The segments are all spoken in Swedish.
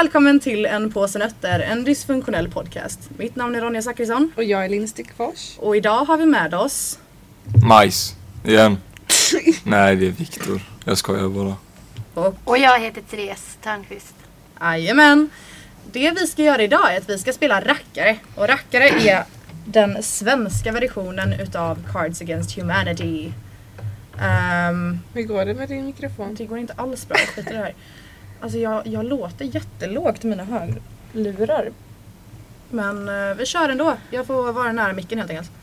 välkommen till En påse nötter, en dysfunktionell podcast. Mitt namn är Ronja Zachrisson. Och jag är Linn Stickfors. Och idag har vi med oss... Majs, igen. Nej, det är Viktor. Jag skojar bara. Och jag heter Therese Törnqvist. Jajamän. Det vi ska göra idag är att vi ska spela rackare. Och rackare är den svenska versionen utav Cards Against Humanity. Hur går det med din mikrofon? Det går inte alls bra, skit i det här. Alltså jag låter jättelågt i mina hörlurar. Men vi kör ändå. Jag får vara nära micken helt enkelt.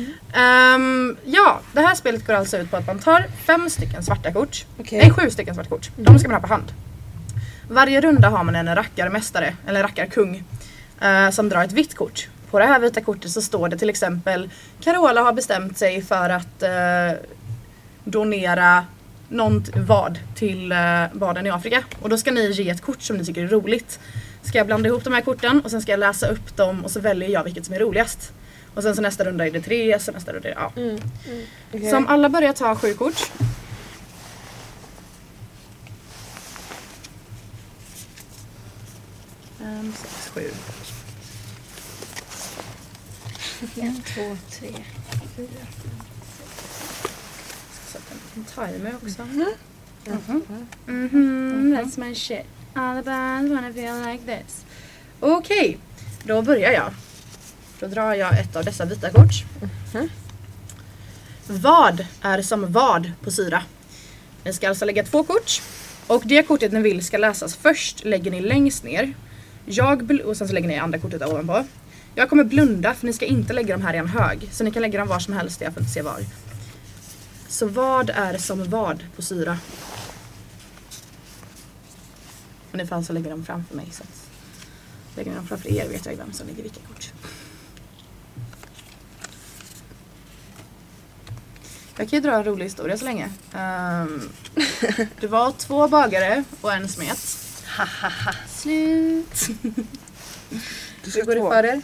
Ja, det här spelet går alltså ut på att man tar 5 stycken svarta kort. Nej, 7 stycken svarta kort. De ska man ha på hand. Varje runda har man en rackarmästare, eller rackarkung, som drar ett vitt kort. På det här vita kortet så står det till exempel: Carola har bestämt sig för att donera vad till barnen i Afrika. Och då ska ni ge ett kort som ni tycker är roligt. Ska jag blanda ihop de här korten och sen ska jag läsa upp dem och så väljer jag vilket som är roligast. Och sen så nästa runda är det 3, så nästa runda är det, ja. Okay. Så om alla börjar ta 7 kort. Fem, 6, 7. 1, 2, 3, 4. Sätta en timer också. That's my shit. All about wanna feel like this. Okej, då börjar jag. Då drar jag ett av dessa vita kort. Vad är som vad på syra? Ni ska alltså lägga 2 kort. Och det kortet ni vill ska läsas först lägger ni längst ner. Och sen så lägger ni andra kortet ovanpå. Jag kommer blunda för ni ska inte lägga dem här i en hög. Så ni kan lägga dem var som helst, jag får inte se var. Så vad är som vad på syra? Och ni får alltså lägga dem framför mig. Så att lägger ni dem framför er vet jag vem som lägger vilka kort. Jag kan ju dra en rolig historia så länge. Det var 2 bagare och en smet. Slut. Hur går det för er?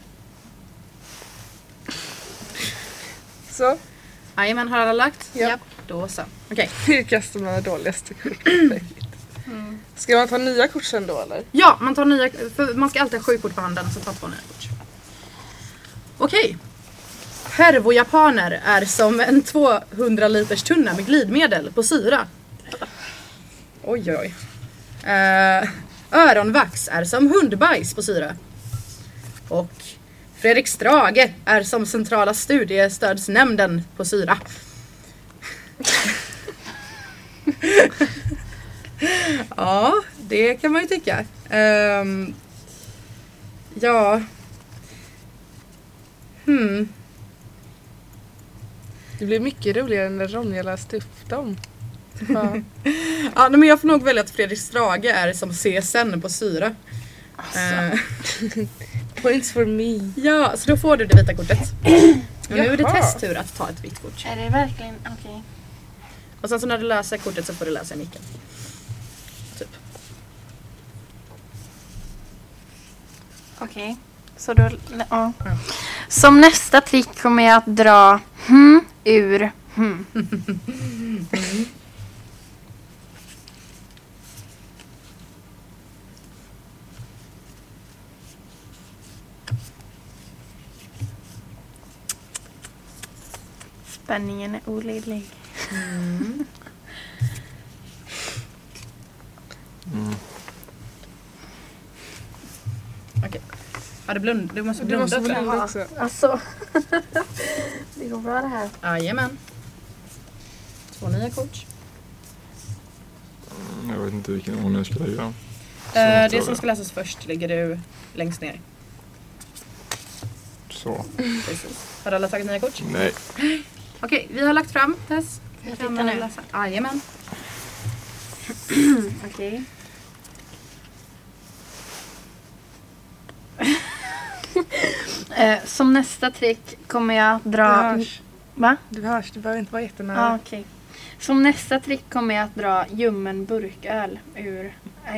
Så? Jajamän, har alla lagt? Ja. Då så. Okej. Vi kastar några dåligaste kort. Ska man ta nya kort sen då eller? Ja, man tar nya, för man ska alltid ha 7 kort på handen, så ta 2 nya kort. Okej. Hervo-japaner är som en 200 liters tunna med glidmedel på syra. Oj. Öronvax är som hundbajs på syra. Och Fredrik Strage är som centrala studiestödsnämnden på syra. Ja, det kan man ju tycka. Ja. Det blir mycket roligare när Ronja läste upp dem. Ja. Ja, men jag får nog välja att Fredrik Strage är som CSN på syra. Points for me. Ja, så då får du det vita kortet. Och nu är det testtur att ta ett vitt kort. Är det verkligen okej? Och sen så när du läser kortet så får du läsa i micken. Typ. Okej. Så då... Ja. Som nästa trick kommer jag att dra ur Spänningen är olidlig. Okej. Ja, du måste Du blunda. måste blunda också. Alltså. Det går bra det här. Jajamän. 2 nya kort. Jag vet inte vilken ordning jag ska lägga dem. Det som ska läsas först lägger du längst ner. Så. Precis. Har alla tagit nya kort? Nej. Okej, vi har lagt fram Tess. Jag tittar nu. Jajamän. Okej. Som nästa trick kommer jag dra... Va? Du hörs, du behöver inte vara jättenära. Okej. Som nästa trick kommer jag att dra ljummen burköl ur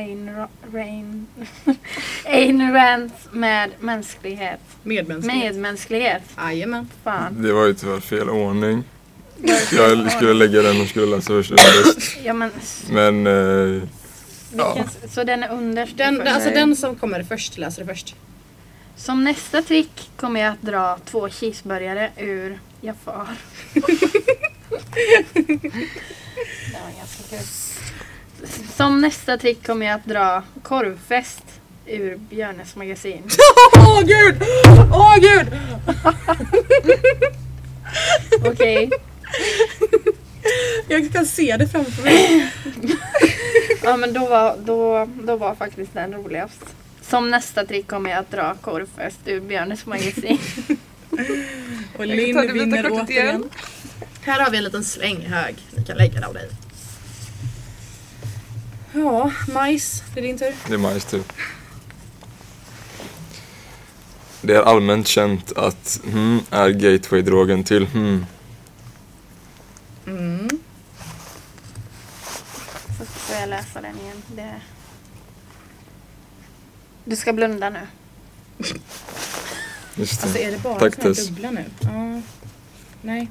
Ayn Rands med mänsklighet. Medmänsklighet. Jajamän. Fan. Det var ju tyvärr fel ordning. Jag skulle lägga den och skulle läsa först. Ja, men... Så den är underst. Den som kommer först läser det först. Som nästa trick kommer jag att dra 2 cheeseburgare ur Jafar. Det var ganska kul. Som nästa trick kommer jag att dra korvfest ur Björnes magasin. Åh gud! Okej. Jag kan se det framför mig. Ja, men då var faktiskt den roligast. Som nästa trick kommer jag att dra korvfest ur Björnes magasin. Och Linn vinner återigen. Här har vi en liten slänghög. Ni kan lägga den av dig. Ja, majs. Det är din tur. Det är majs tur. Det är allmänt känt att är gateway-drogen till Så får jag läsa den igen. Du ska blunda nu. Just det. Alltså är det bara Tack, såna här Tess. dubbla nu? Ja. Nej,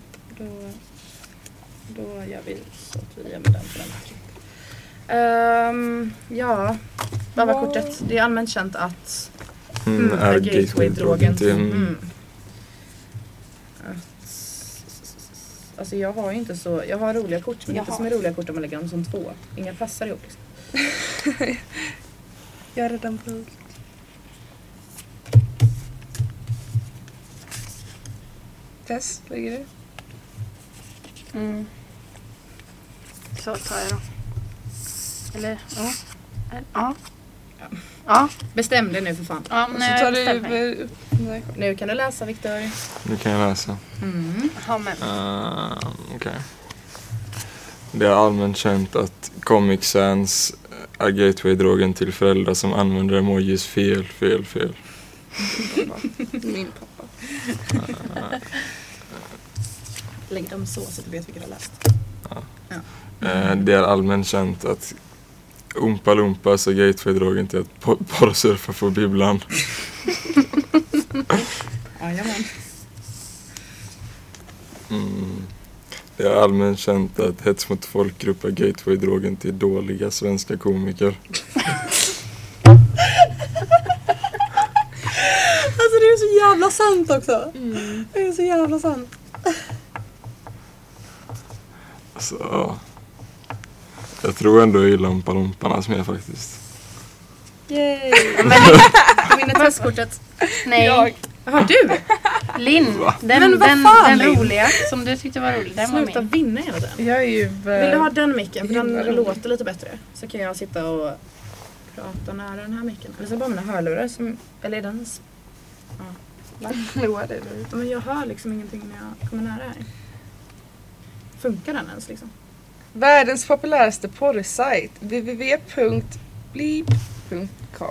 då gör vi så att vi gör med den för den här. Ja, vad var kortet? Det är allmänt känt att är gateway-drogen till Alltså jag har ju inte så, jag har roliga kort men inte som är roliga kort om man lägger dem som 2. Inga passar ihop liksom. Jag är redan på. Tess, lägger du? Så tar jag då. Eller, ja. Bestäm dig nu för fan. Ja, men Så jag tar bestämmer mig. du... Nej. Nu kan du läsa, Viktor. Nu kan jag läsa. Ja, men. Okej. Det är allmänt känt att Comic Sans är gateway-drogen till föräldrar som använder emojis fel. Min pappa. Lägg dem så att du vet vilka du har läst. Det är allmänt känt att Oompa Loompas är gateway-drogen till att porrsurfa på bibblan. Jajamän. Det är allmänt känt att hets mot folkgrupp är gateway-drogen till dåliga svenska komiker. Alltså det är så jävla sant också. Det är så jävla sant. Alltså, jag tror ändå jag gillar Oompa Loomparnas mer faktiskt. Yay! Jag vinner testkortet. Nej. Jaha, du! Linn, Men vad fan, den Linn? roliga som du tyckte var rolig, den var Sluta min. vinna hela tiden. Jag är ju... Vill du ha den micken? För den himla låter lite bättre. Så kan jag sitta och prata nära den här micken. Eller så bara mina hörlurar som... Eller är den... Jo, det är det. Men jag hör liksom ingenting när jag kommer nära här. Funkar den ens liksom? Världens populäraste porrsajt. www.bleep.com.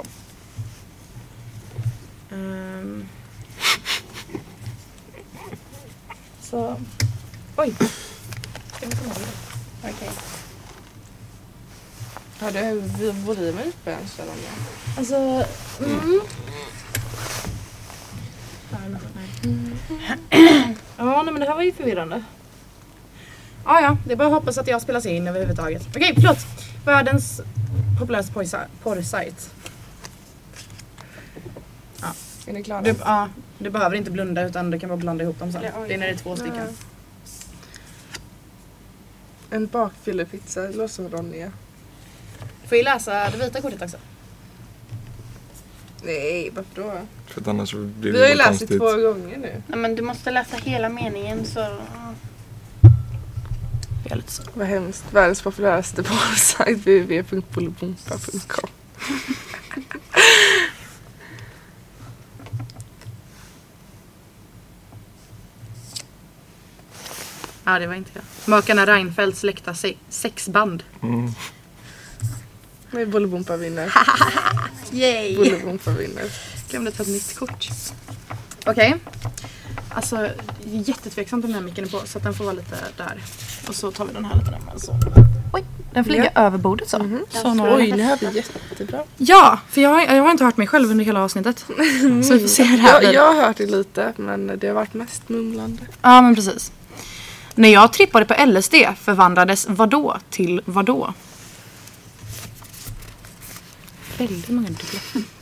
Så... Oj! Okej. Har du volymen uppe än så länge? Alltså... Ja, nej, men det här var ju förvirrande. Ja, det är bara att hoppas att jag spelas in överhuvudtaget. Okej, förlåt. Världens populäraste porrsajt. Är ni klara? Du behöver inte blunda utan du kan bara blanda ihop dem sen. Det är när det är 2 stycken. En bakfyllepizza, det låter som Ronja. Får jag läsa det vita kortet också? Nej, varför då? För att annars blir Vi har ju bara läst det konstigt. 2 gånger nu. Nej, men du måste läsa hela meningen så... Jag är lite så. Vad hemskt. Världens populäraste porrsajt www.bolibompa.com. Ja, det var inte jag. Makarna Reinfeldt släkta sexband. Nej, Bolibompa vinner. Yay! Bolibompa vinner. Glömde ta ett nytt kort. Okej. Alltså, jättetveksamt om den här micken är på så att den får vara lite där. Och så tar vi den här lite närmare så. Oj, den flyger över bordet så. Så några. Oj, ni hade jättebra. Ja, för jag har inte hört mig själv under hela avsnittet. Så vi får se det här. Jag har hört det lite, men det har varit mest mumlande. Ja, men precis. När jag trippade på LSD förvandlades vadå till vadå? väldigt många dubbla.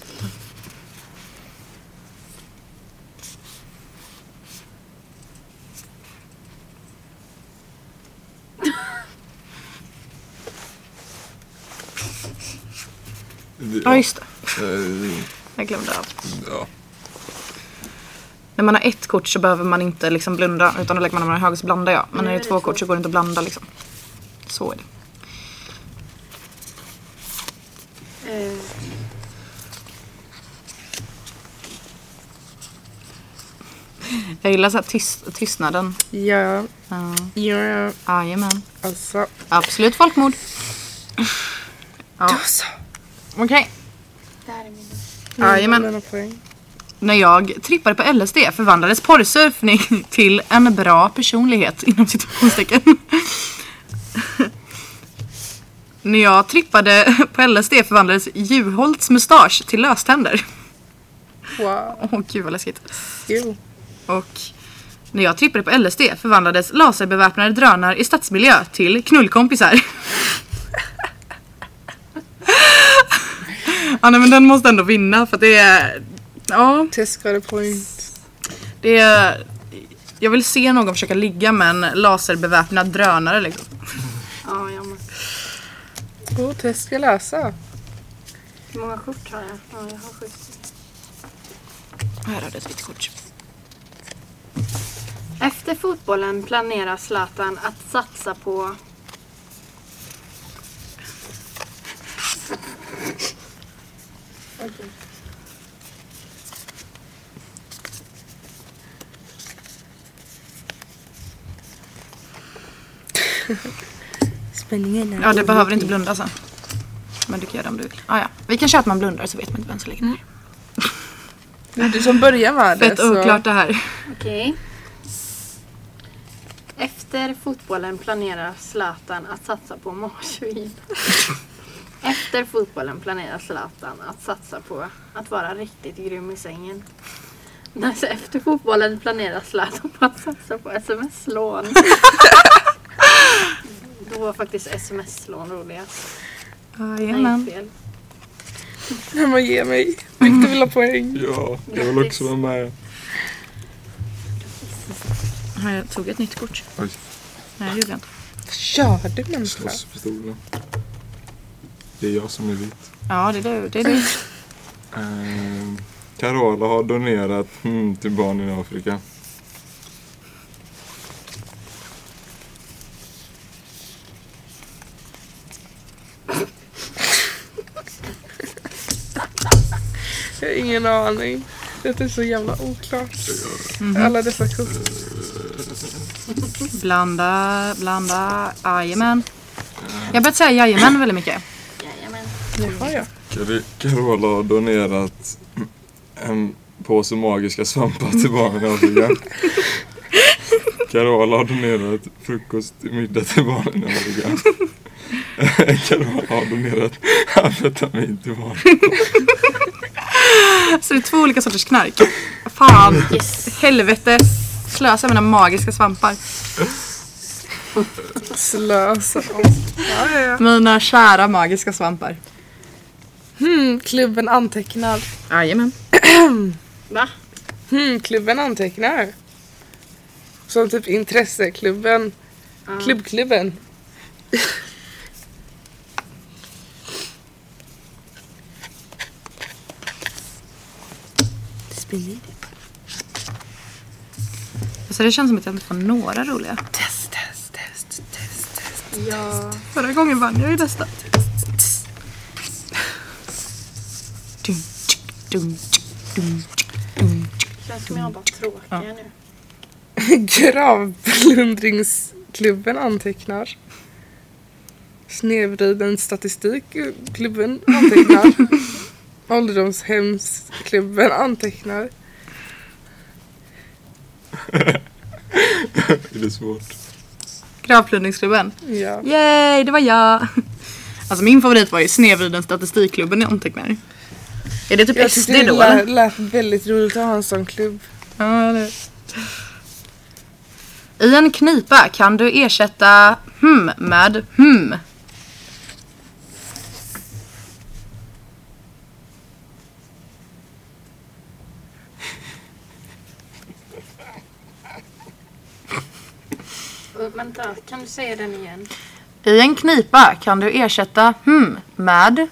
Ja, just det. Jag glömde av. Ja. När man har ett kort så behöver man inte liksom blunda, utan då lägger man när man har höger så blandar jag. Men när det är två kort så går det inte att blanda liksom. Så är det. Jag gillar så här tystnaden. Ja. Ja. Jajamän. Alltså. Absolut folkmord. Ja. Då så. Okej. Där är min. Jajamän. Poäng. När jag trippade på LSD förvandlades porrsurfning till en bra personlighet inom situationstecken. När jag trippade på LSD förvandlades Juholts mustasch till löständer. Wow. Gud vad läskigt. Jo. Och när jag trippade på LSD förvandlades laserbeväpnade drönare i stadsmiljö till knullkompisar. Ja, nej, men den måste ändå vinna för att det är... Ja. Test got a point. Det är... Jag vill se någon försöka ligga med en laserbeväpnad drönare liksom. Ja, jag med. Test ska läsa. Hur många kort har jag? Ja, jag har 7. Här har du ett vitt kort. Efter fotbollen planerar Zlatan att satsa på... Spänningen. Ja, det behöver inte blunda sen. Men du kan göra det om du vill. Ja. Vi kan köra att man blundar så vet man inte vem som lägger ner. Det är du som börjar med det. Fett oklart det här. Okej. Efter fotbollen planerar Zlatan att satsa på marsvin. Efter fotbollen planerar Zlatan att satsa på att vara riktigt grym i sängen. Alltså, efter fotbollen planerar Zlatan på att satsa på sms-lån. Då var faktiskt sms-lån roligast. Jajamän. Nej, fel. Men vad ger mig? Victor vill ha poäng. Ja, jag vill också vara med. Jag tog ett nytt kort. Oj, Nej, det gjorde jag inte. Kör du människa? slåsspistolen. Det är jag som är vit. Ja, det är du. Carola har donerat till barnen i Afrika. Jag har ingen aning. Det är så jävla oklart. Alla dessa kort. Blanda. Jajamän. Jag börjat säga jajamän väldigt mycket. Jajamän. Nu har jag. Carola har donerat en påse magiska svampar till barnen i Afrika. Carola har donerat frukost till middag till barnen i Afrika. Carola har donerat amfetamin till barnen. Så det är 2 olika sorters knark. Fan, Yes. helvete. Slösa mina magiska svampar. Slösa. Ja. Mina kära magiska svampar. Klubben antecknar. Jajamän. Va? Klubben antecknar. Som typ intresseklubben. Klubbklubben. Spännande. Så det känns som att jag inte får några roliga. Test. Ja. Förra gången vann jag ju nästan. Känns som jag bara tråkiga nu. Gravplundringsklubben antecknar. Snedvriden statistikklubben antecknar. Ålderdomshemsklubben antecknar. Det är svårt. Gravplundringsklubben. Ja. Yay, det var jag. Alltså min favorit var ju snedvriden statistikklubben i antecknar. Är det typ Jag SD tyckte då det eller? lät väldigt roligt att ha en sån klubb. Ja, eller? I en knipa kan du ersätta med Vänta, kan du säga den igen? I en knipa kan du ersätta med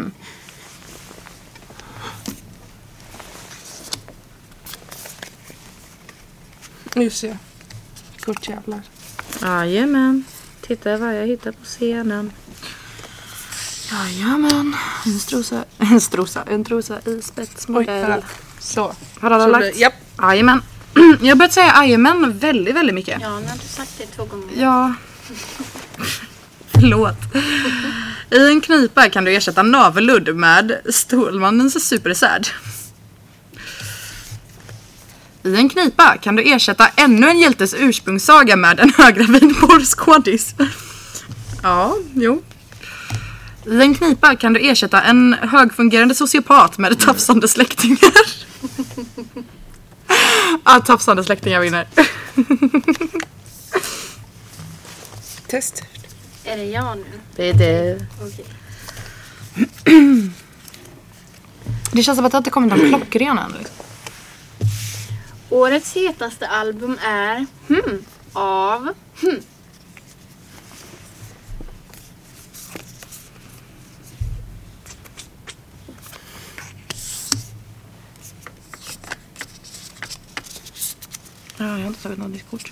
Just det. Gott jävlar. Jajamän. Titta vad jag hittar på scenen. Jajamän. En trosa i spetsmodell. Så. Har alla Så lagt? japp. Jajamän. Jag har börjat säga jajamän väldigt, väldigt mycket. Ja, nu har du sagt det 2 gånger. Ja. Förlåt. I en knipa kan du ersätta navelludd med Stålmannens supersärd. I en knipa kan du ersätta ännu en hjältes ursprungssaga med en höggravid porrskådis. Ja, jo. I en knipa kan du ersätta en högfungerande sociopat med tafsande släktingar. Tafsande släktingar vinner. Test. Är det jag nu? Det är det. Okej. Det känns som att det inte kommer någon klockren än. Liksom. Årets hetaste album är av Ja, jag har inte tagit något kort.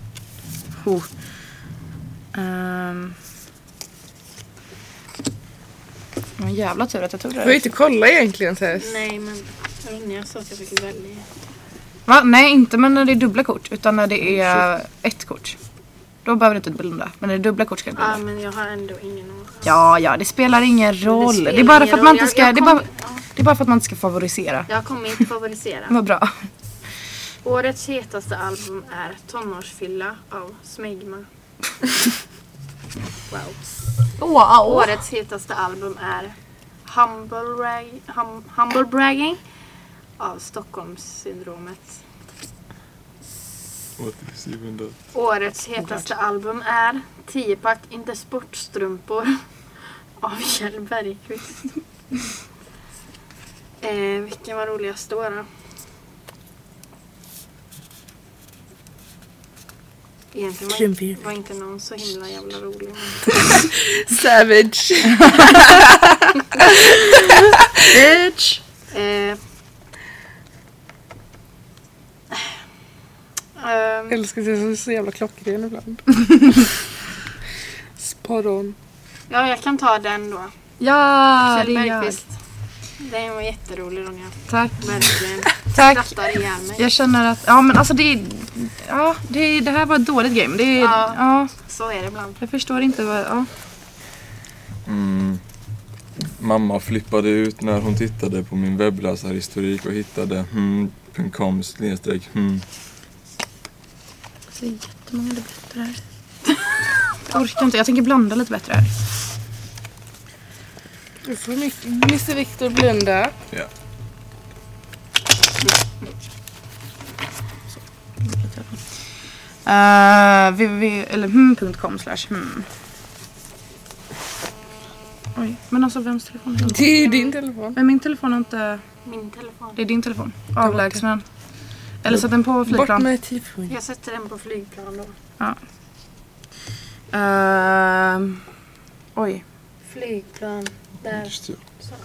En jävla tur att jag tog det. Jag får inte kolla egentligen Tess. Nej, men Ronja sa att jag fick välja. Va? Nej, inte men när det är dubbla kort. Utan när det är ett kort. Då behöver du inte blunda. Men när det är dubbla kort ska du blunda. Ja, men jag har ändå ingen aning. Ja, det spelar ingen roll. spelar Det är bara ingen för att man roll. inte ska... Det är bara för att man inte ska favorisera. Jag kommer inte favorisera. Vad bra. Årets hetaste album är Tonårsfylla av Smegma. Wow. Wow. Årets hetaste album är Humble Bragging av Stockholmssyndromet. What is even that? Årets hetaste album är 10-pack inte sportstrumpor av Kjell Bergqvist. Vilken var roligast då? Egentligen var inte någon så himla jävla rolig. Savage. Bitch. Jag älskar att det är så jävla klockren ibland. Spot on. Ja, jag kan ta den då. Ja, Kjell det är jag. Bergqvist. Den var jätterolig, Ronja. Tack. Verkligen. Tack. Skrattar ihjäl mig. Jag känner att... Ja, men alltså det är... Ja, det här var ett dåligt game. Det är... Ja. Ja. Så är det ibland. Jag förstår inte vad... Ja. Mamma flippade ut när hon tittade på min webbläsarhistorik och hittade .com/. Så jättemånga dubbletter här. Jag orkar inte. Jag tänker blanda lite bättre här. Du får Mr. Victor blunda. Ja. www.com/. Oj, men alltså vems telefon är det? Det är din telefon. Men min telefon är inte... Min telefon. Det är din telefon. Avlägsna. Eller sätt den på Bort flygplan. med telefon. Jag sätter den på flygplan då. Ja. Oj. Flygplan. Där. Just det. Så.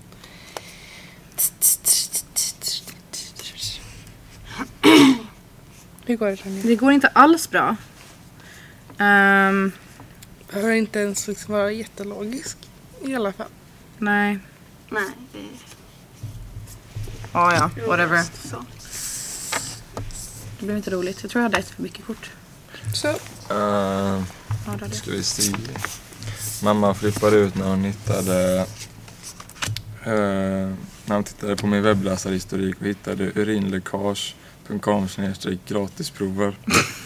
Hur går det, Tanja? Det går inte alls bra. Behöver inte ens liksom vara jättelogisk. I alla fall. Nej. Nej, det är Ja, whatever. roligast så. Det blev inte roligt. Jag tror jag hade ett för mycket kort. Så. Ja, det hade jag. Ska vi se. Mamma flippade ut när hon hittade... när hon tittade på min webbläsarhistorik och hittade urinläckage.com/gratisprover.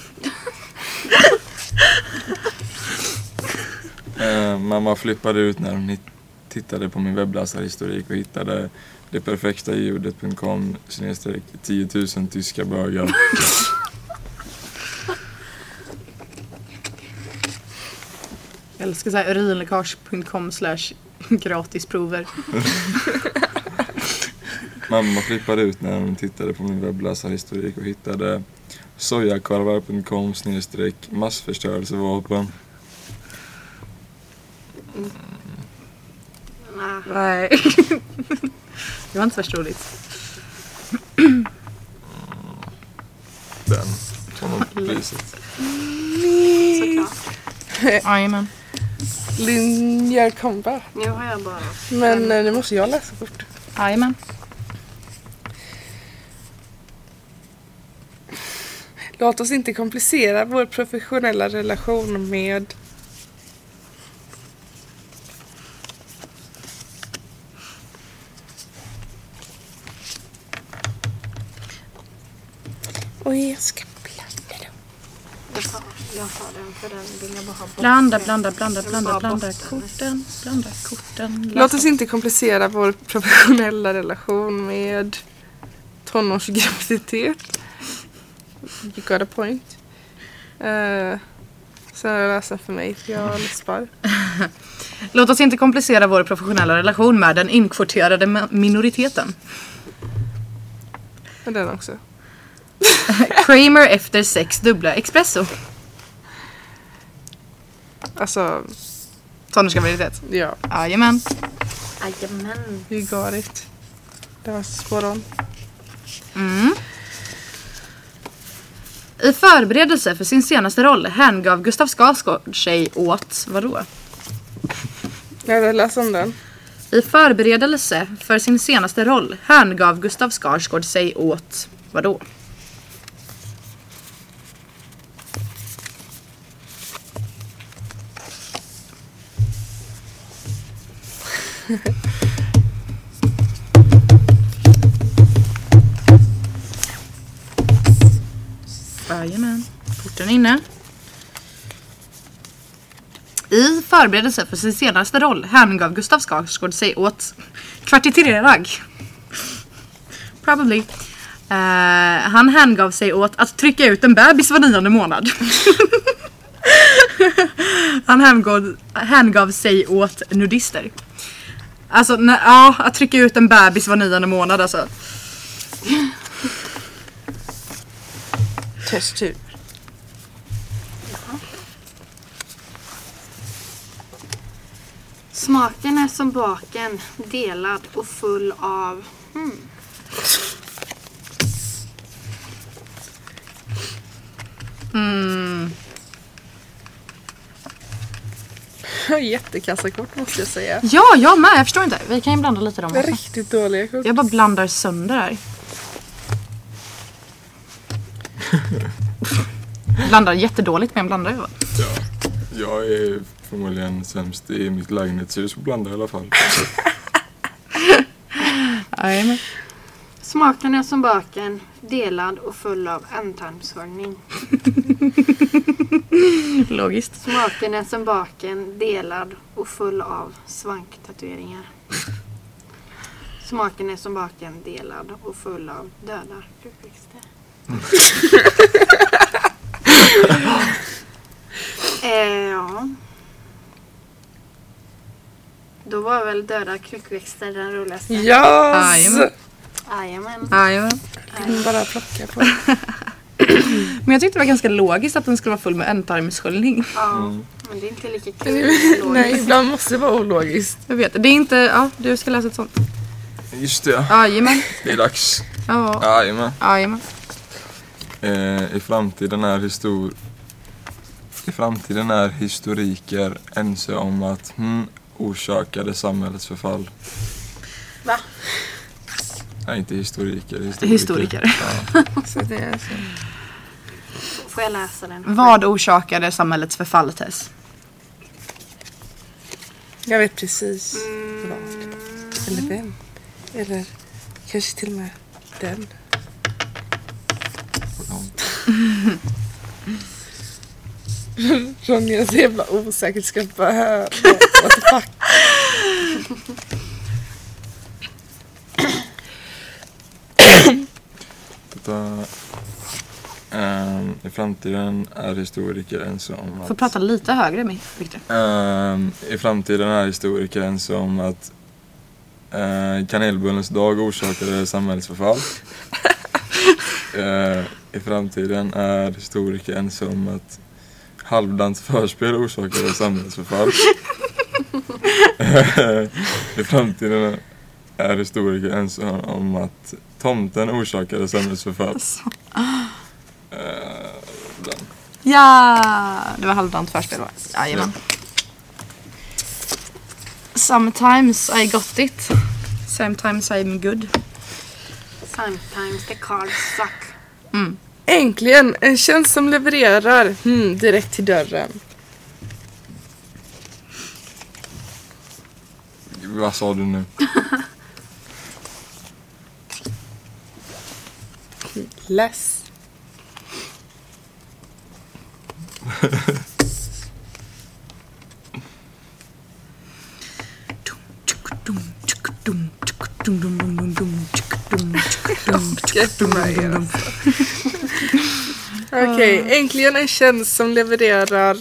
Mamma flippade ut när hon tittade på min webbläsarhistorik och hittade det perfekta ljudet.com/10 000 tyska bögar. Jag älskar såhär urinläckage.com/gratisprover. Mamma flippade ut när hon tittade på min webbläsarhistorik och hittade sojakorvar.com/massförstörelsevapen. Nej. Det var inte så värst roligt. Den får nog priset. Såklart. Jajamän. Linn gör comeback. Nu har jag bara... Men nu måste jag läsa kort. Jajamän. Låt oss inte komplicera vår professionella relation med... Oj, jag ska blanda dem. Jag tar den för den vill jag bara ha bort. Blanda korten. Låt oss inte komplicera vår professionella relation med tonårsgraviditet. You got a point. Sen är det läsa för mig för jag läspar. Låt oss inte komplicera vår professionella relation med den inkvoterade minoriteten. Och den också. Kramer efter 6 dubbla espresso. Alltså, Tonårsgraviditet. ja. Jajamän. Jajamän. You got it. Det var spot on. I förberedelse för sin senaste roll hängav Gustav Skarsgård sig åt... Vadå? Jag vill läsa om den. I förberedelse för sin senaste roll hängav Gustav Skarsgård sig åt... Vadå? Jajamän. Porten inne. I förberedelse för sin senaste roll hängav Gustav Skarsgård sig åt kvartiterarag. Probably. Han hängav sig åt att trycka ut en bebis var 9:e månad. Han hängav sig åt nudister. Alltså, att trycka ut en bebis var 9:e månad alltså. Testtur. Smaken är som baken, delad och full av... Jättekassakort måste jag säga. Ja, jag med. Jag förstår inte. Vi kan ju blanda lite dem också. Riktigt dåliga kort. Jag bara blandar sönder här. Blandar jättedåligt men jag blandar ju. Ja, jag är förmodligen sämst i mitt lägenhetshus på blanda i alla fall. Jajamän. Smaken är som baken, delad och full av ändtarmshållning. Logiskt. Smaken är som baken, delad och full av svanktatueringar. Smaken är som baken, delad och full av döda frukväxter. Ja. Då var väl döda krukväxter den roligaste. Yes! Jajamän. Jajamän. Bara plocka på. Men jag tyckte det var ganska logiskt att den skulle vara full med ändtarmssköljning. Ja, men det är inte lika kul. Nej, ibland måste det vara ologiskt. Jag vet, det är inte... Ja, du ska läsa ett sånt. Just det, Jajamän. det är dags. Ja. Jajamän. Jajamän. I framtiden är historiker ense om att orsakade samhällets förfall. Va? Nej, inte historiker. Historiker. Ja. Så det är så. Får jag läsa den? Vad orsakade samhällets förfall, Tess? Jag vet precis vad. Eller vem. Eller kanske till och med den. Ronja är så jävla osäkert ska bara höra. What the fuck? I framtiden är historiker ense om att... Får prata lite högre, Victor. I framtiden är historiker ense om att kanelbullens dag orsakade samhällets förfall. i framtiden är historiker ense om att halvdant förspel orsakar samhällsförfall. I framtiden är historiker ense om att tomten orsakade samhällsförfall. Ja, det var halvdant förspel, va? Jajamän. Sometimes I got it. Sometimes I'm good. Sometimes the cards suck. Äntligen en tjänst som levererar direkt till dörren. Vad sa du nu? Less. Okej, äntligen en tjänst som levererar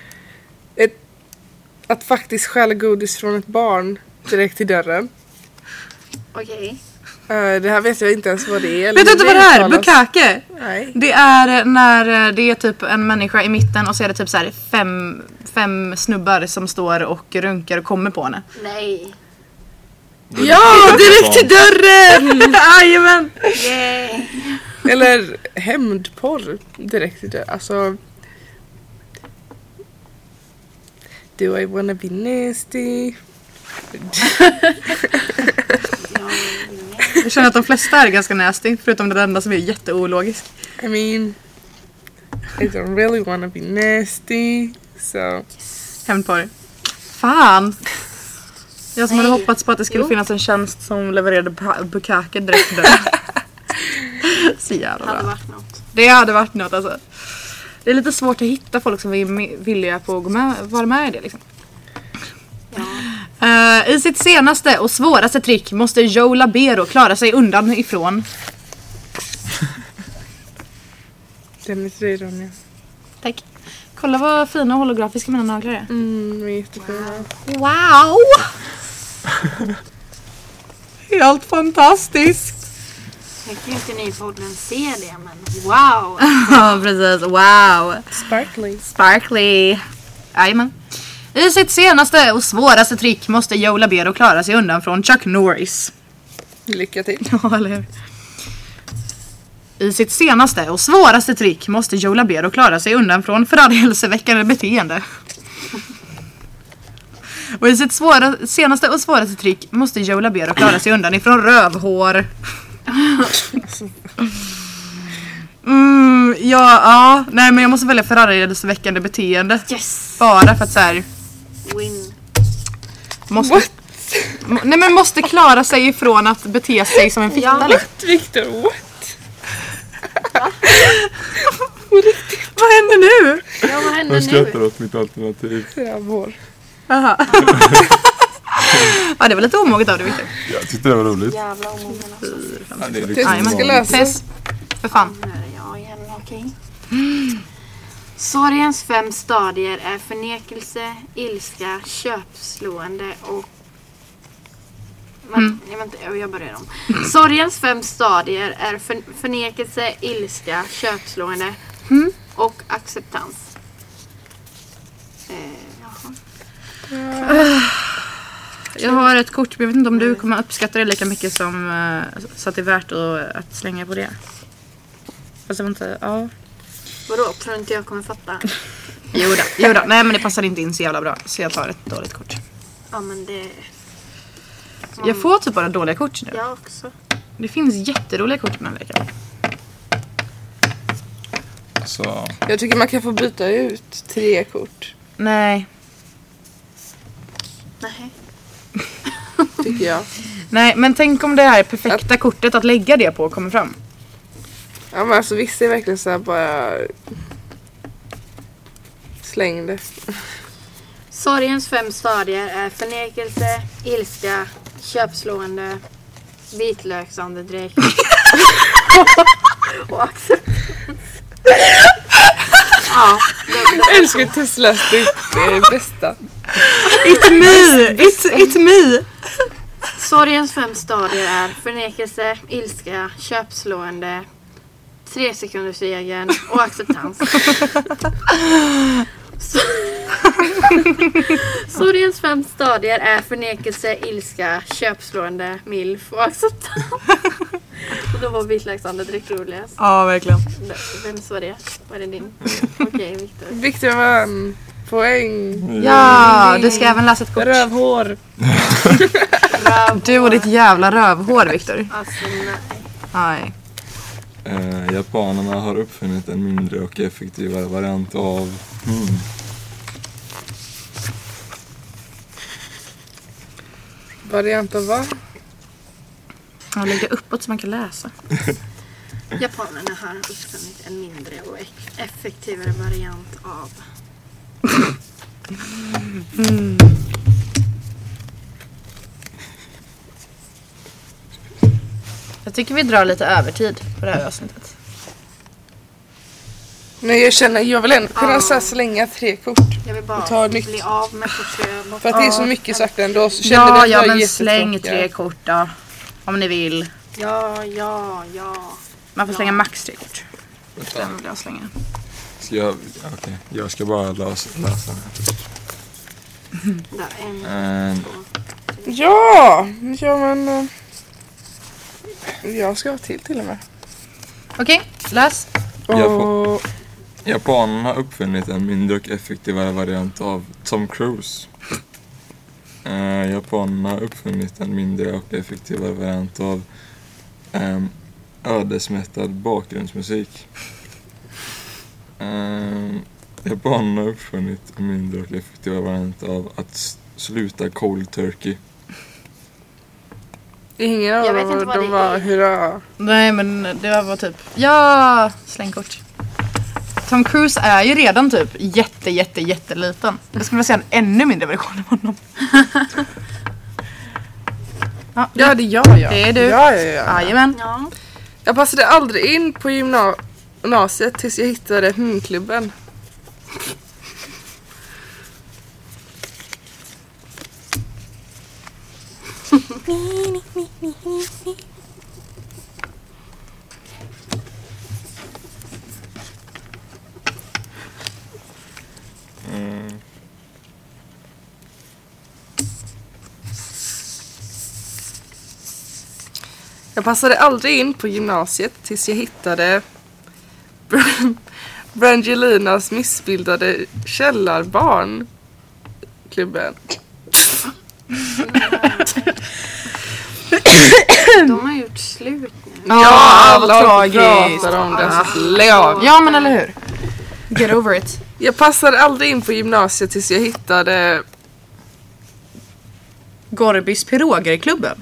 att faktiskt stjäla godis från ett barn direkt till dörren. Okej. Det här vet jag inte ens vad det är. Vet du inte vad det är? Bukake? Nej. Det är när det är typ en människa i mitten och så är det typ så här fem snubbar som står och runkar och kommer på henne. Nej. Ja, direkt till dörren! Jajamän! Yay. Eller hämndporr direkt till dörren. Alltså... Do I wanna be nasty? Jag känner att de flesta är ganska nasty, förutom det enda som är jätteologisk. I mean... I don't really wanna be nasty. So... Hämndporr. Fan! Jag som hade Nej. hoppats på att det skulle Jo. finnas en tjänst som levererade bukake direkt till dörren. Så jävla Hade bra. varit något. Det hade varit något alltså. Det är lite svårt att hitta folk som är villiga på att vara med i det liksom. Ja. I sitt senaste och svåraste trick måste Joe Labero klara sig undan ifrån. Den är till Ronja. Tack. Kolla vad fina och holografiska mina naglar är. De är jättefina. Wow! Helt fantastiskt. Jag kan ju inte ni i podden se det, men wow! Ja, precis. Wow. Sparkly. Sparkly. Jajamän. I sitt senaste och svåraste trick måste Joe Labero klara sig undan från Chuck Norris. Lycka till. Ja, eller hur? I sitt senaste och svåraste trick måste Joe Labero klara sig undan från förargelseväckande beteende. Och i sitt senaste och svåraste trick måste Joe Labero klara sig undan ifrån rövhår. Ja, nej men jag måste välja förargelseväckande beteende. Yes! Bara för att så här Win. måste, nej men måste klara sig ifrån att bete sig som en fitta. Ja. Liksom. Victor, what? Vad händer nu? Ja, vad händer Jag skrattar nu? åt mitt alternativ. Rövhår. Aha. Ja, det var lite omoget av det, Victor. Jag tyckte det var roligt. Jävla omogen alltså. Ja, det är Tess liksom ska vanligt. läsa. Tess, för fan. Nu är det jag igen, okej. Sorgens 5 stadier är förnekelse, ilska, köpslående och... Jag börjar om. Sorgens 5 stadier är förnekelse, ilska, köpslående och acceptans. Jaha. Jag har ett kort, men jag vet inte om du kommer uppskatta det lika mycket som så att det är värt att slänga på det. Fast jag vet inte, ja. Vadå? Tror inte jag kommer fatta? Jo då. Nej, men det passar inte in så jävla bra. Så jag tar ett dåligt kort. Ja, men det... Jag får typ bara dåliga kort nu. Jag också. Det finns jätteroliga kort i den här leken. Så, Jag tycker man kan få byta ut 3 kort. Nej. Nej. Tycker jag. Nej, men tänk om det här perfekta kortet att lägga det på kommer fram. Ja, men alltså vissa är verkligen så här bara... Släng det. Sorgens 5 stadier är förnekelse, ilska, köpslående, vitlöksandedräkt och acceptans. Ja, Jag älskar att Tess läste upp det bästa. It's me! sorgens 5 stadier är förnekelse, ilska, köpslående, 3-sekundersregeln och acceptans. Sorgens 5 stadier är förnekelse, ilska, köpslående, milf och acceptans. Och då var Alexander direkt roligast. Ja, verkligen. Vem var det? Var det din? Okej, Viktor. Viktor vann. Poäng. Ja, du ska även läsa ett kort. Rövhår. Du och ditt jävla rövhår, Viktor. Alltså Nej. nej. Japanerna har uppfunnit en mindre och effektivare variant av Variant av vad? Jag lägger uppåt så man kan läsa. Japanerna har uppfunnit en mindre och effektivare variant av. Jag tycker vi drar lite övertid på det här avsnittet. Nej, jag vill ändå kunna så här slänga 3 kort. Jag vill Och bara ta nytt. bli av med kortröv. För att det är så mycket sagt ändå. Så kände jag att jag men är släng jättetråkig. 3 kort då. Om ni vill. Ja. Man får slänga max 3 kort. Vänta. Den vill jag slänga. Okej, jag ska bara läsa den här. Där, en, två. Ja, men... Jag ska ha till och med. Okej, läs. Och... Japanerna har uppfunnit en mindre och effektivare variant av Tom Cruise. Japanerna har uppfunnit en mindre och effektivare variant av ödesmättad bakgrundsmusik. Japanerna har uppfunnit en mindre och effektivare variant av att sluta cold turkey. Ingen av Jag vet inte vad dem det var är. hurra. Nej, men det var typ... Ja, släng kort. Tom Cruise är ju redan typ jätteliten. Jag skulle vilja säga en ännu mindre version av honom. Ja, det är jag. Det är du. Ja. Jajamän. Ja. Jag passade aldrig in på gymnasiet tills jag hittade klubben. Jag passade aldrig in på gymnasiet tills jag hittade Brangelinas missbildade källarbarn klubben. De har gjort slut nu. Ja, alla vad tragiskt. pratar om det. Så lägg av. Ja, men eller hur? Get over it. Jag passade aldrig in på gymnasiet tills jag hittade Gorbis pirogerklubben.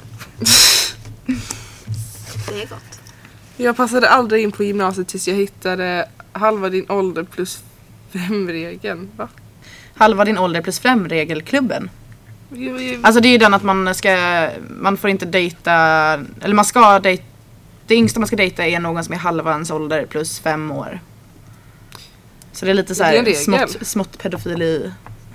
Det är gott. Jag passade aldrig in på gymnasiet tills jag hittade halva din ålder plus 5-regeln. Va? Halva din ålder plus 5-regelklubben. Alltså det är ju den att man får inte dejta, eller man ska dejta, det yngsta man ska dejta är någon som är halva ens ålder plus 5 år. Så det är lite så Det är en här regel. smått pedofili.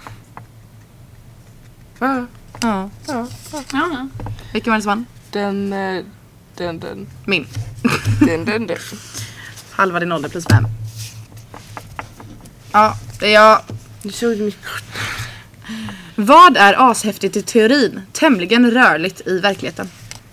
Va? Ja. Ja. Vilken var det som vann? Den. Min. Den. Halva din ålder plus 5. Ja, det är jag. Du såg mitt kort. Vad är ashäftigt i teorin? Tämligen rörligt i verkligheten.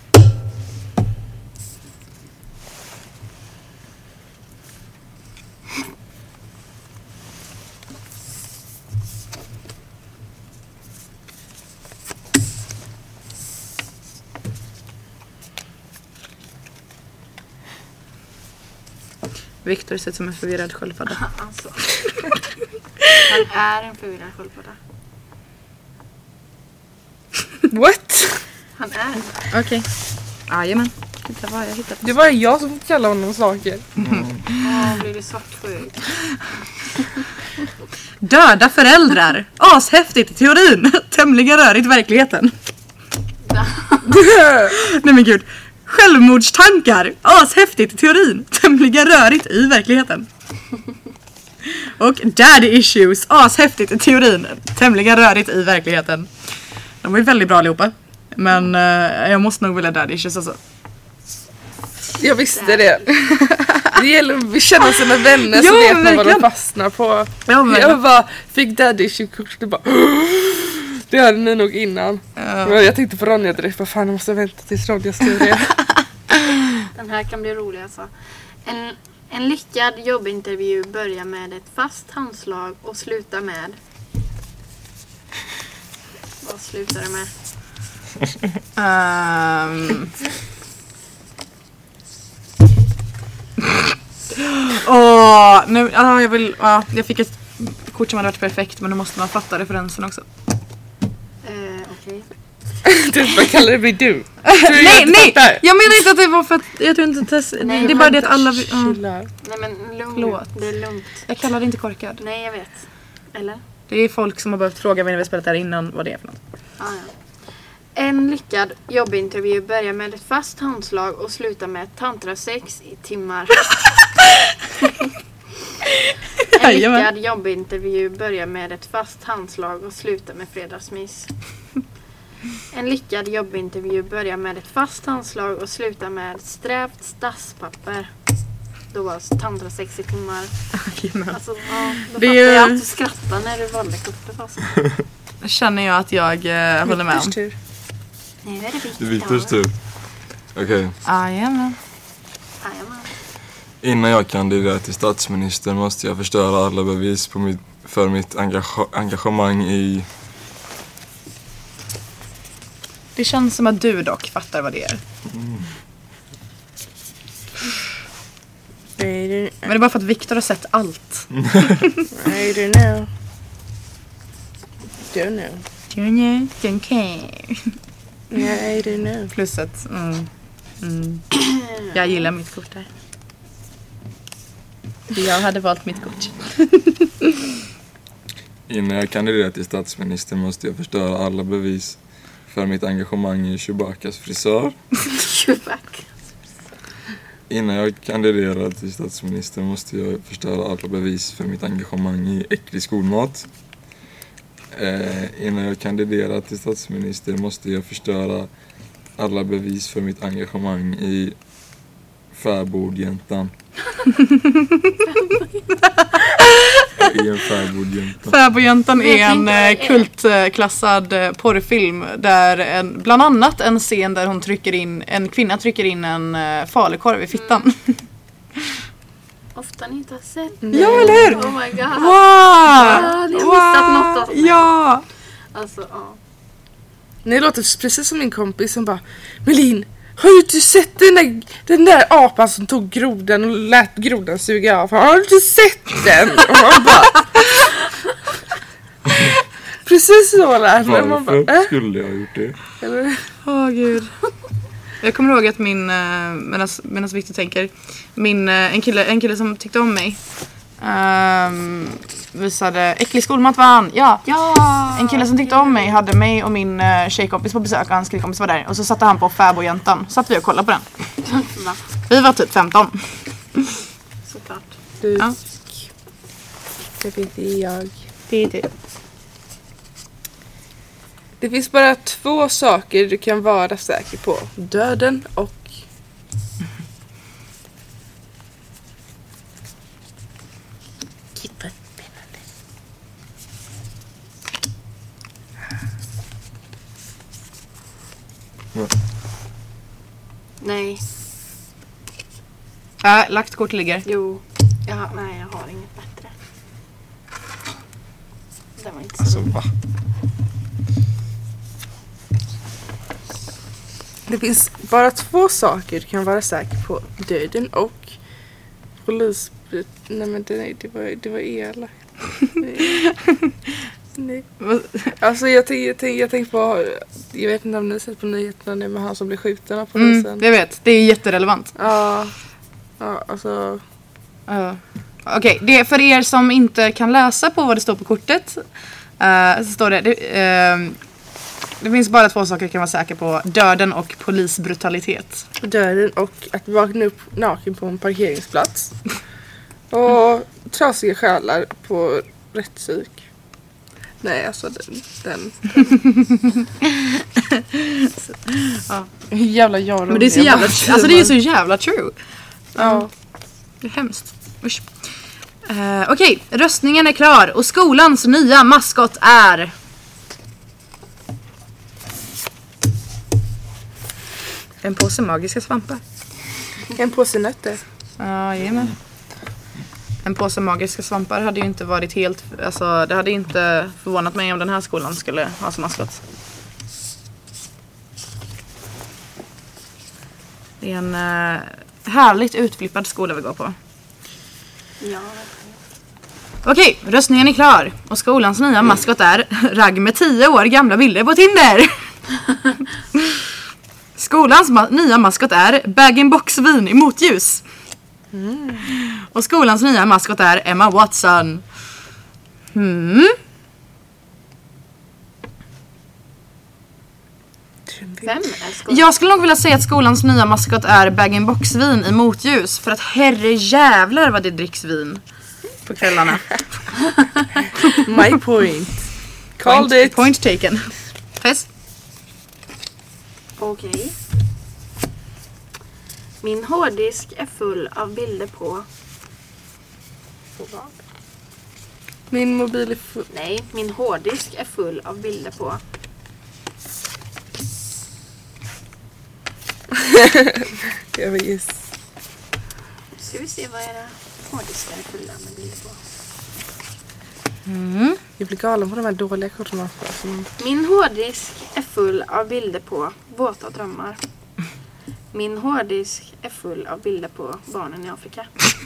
Viktor ser ut som en förvirrad sköldpadda. Alltså. Han är en förvirrad sköldpadda. What? Han är. Okej. Jajamän. Titta vad jag hittat. Det var jag som kallade honom saker. Blir det svartsjuk? Döda föräldrar. Ashäftigt i teorin. Tämligen rörigt i verkligheten. Nej men gud. Självmordstankar. Ashäftigt i teorin. Tämligen rörigt i verkligheten. Och daddy issues. Ashäftigt i teorin. Tämligen rörigt i verkligheten. De var ju väldigt bra allihopa. Men jag måste nog vilja daddy issues alltså. Jag visste det. Det gäller att känna sina vänner så vet man vad de fastnar på. Jag bara fick daddy issue-kort. Det hade ni nog innan. Men jag tänkte på Ronja direkt. Vad fan, jag måste vänta tills Ronja skriver det. Den här kan bli rolig alltså. En lyckad jobbintervju börjar med ett fast handslag och slutar med... Vad slutar det med? Jag fick ett kort som hade varit perfekt, men då måste man fatta referensen också. Okej. Du bara kallar det du. Nej, jag menar inte att det var för att jag tror inte test. Det är bara det att alla Nej men lugn. Förlåt. Det är lugnt. Jag kallar det inte korkad. Nej, jag vet. Eller? Det är folk som har behövt fråga mig när vi spelat här innan vad det är för något. Ja. En lyckad jobbintervju börjar med ett fast handslag och slutar med tantrasex i timmar. En lyckad jobbintervju börjar med ett fast handslag och slutar med fredagsmys. En lyckad jobbintervju börjar med ett fast handslag och slutar med strävt stadspapper. Då var tantrasex i timmar. Alltså, då fattar jag att du skrattar när du valde kortet. Alltså. Känner jag att jag håller med om. Nej, är det Viktors tur. Okej. Jajamän. Innan jag kandiderar till statsminister måste jag förstöra alla bevis för mitt engagemang i... Det känns som att du dock fattar vad det är. Men det är bara för att Viktor har sett allt. I don't know. Don't care. Yeah, I don't know. Plusset. Jag gillar mitt kort där. Jag hade valt mitt kort. Innan jag kandiderar till statsminister måste jag förstöra alla bevis för mitt engagemang i Chewbacas frisör. Innan jag kandiderar till statsminister måste jag förstöra alla bevis för mitt engagemang i äcklig skolmat. Innan jag kandiderar till statsminister måste jag förstöra alla bevis för mitt engagemang i fäbodjäntan. Fäbodjäntan är en kultklassad porrfilm där bland annat en scen där en kvinna trycker in en falukorv i fittan. Ofta ni inte har sett. Ja, eller hur? Oh my god. Wow! Ni har missat något av mig. Ja! Alltså, ja. Ni låter precis som min kompis som bara Melin, har du inte sett den där apan som tog grodan och lät grodan suga av? Har du inte sett den? Och man bara... Precis så lät det. Varför skulle jag ha gjort det? Eller? Åh gud. Jag kommer ihåg att medan Victor tänker, en kille som tyckte om mig visade äcklig skolmat vann. Ja. En kille som tyckte om mig hade mig och min tjejkompis på besök och hans killkompis var där. Och så satte han på Fäbodjäntan. Satt vi och kollade på den. Vi var typ 15. Såklart. Ja. Det vet jag. Det är typ. Det finns bara 2 saker du kan vara säker på. Döden och... Nej. Lagt kort ligger. Jo. Jag har inget bättre. Det var inte så. Alltså, va? Det finns bara 2 saker du kan vara säker på. Döden och polisbrott. Nej men det var elakt. Nej. Alltså jag tänkte på, jag vet inte om ni har sett på nyheterna nu med han som blev skjuten av polisen. Jag vet, det är jätterelevant. Ja, alltså. Okej, det för er som inte kan läsa på vad det står på kortet så står det finns bara 2 saker du kan vara säker på. Döden och polisbrutalitet. Döden och att vakna upp naken på en parkeringsplats. Och trasiga själar på rättspsyk. Nej, alltså den. Ja. Hur jävla jag. Men det är så jävla, alltså det är så jävla true. Ja. Det är hemskt. Usch. Okej, röstningen är klar och skolans nya maskot är... En påse magiska svampar. En påse nötter. Ja, jajamän. En påse magiska svampar hade ju inte varit helt... Alltså, det hade inte förvånat mig om den här skolan skulle ha som maskot. Det är en härligt utflippad skola vi går på. Ja. Okej, röstningen är klar. Och skolans nya maskot är ragg med 10 år gamla bilder på Tinder. Skolans nya maskot är bag-in-box-vin i motljus. Och skolans nya maskot är Emma Watson. Vem är skolan? Jag skulle nog vilja säga att skolans nya maskot är bag-in-box-vin i motljus. För att herre jävlar vad det dricks vin på kvällarna. My point. Called it. Point taken. Fest. Okej. Min hårddisk är full av bilder på... Min mobil är full. Nej, min hårddisk är full av bilder på... Jag vill gissa. Ska vi se vad era hårddiskar är fulla med bilder på. Jag blir galen på de här dåliga korten. Min hårddisk är full av bilder på våta drömmar. Min hårddisk är full av bilder på barnen i Afrika.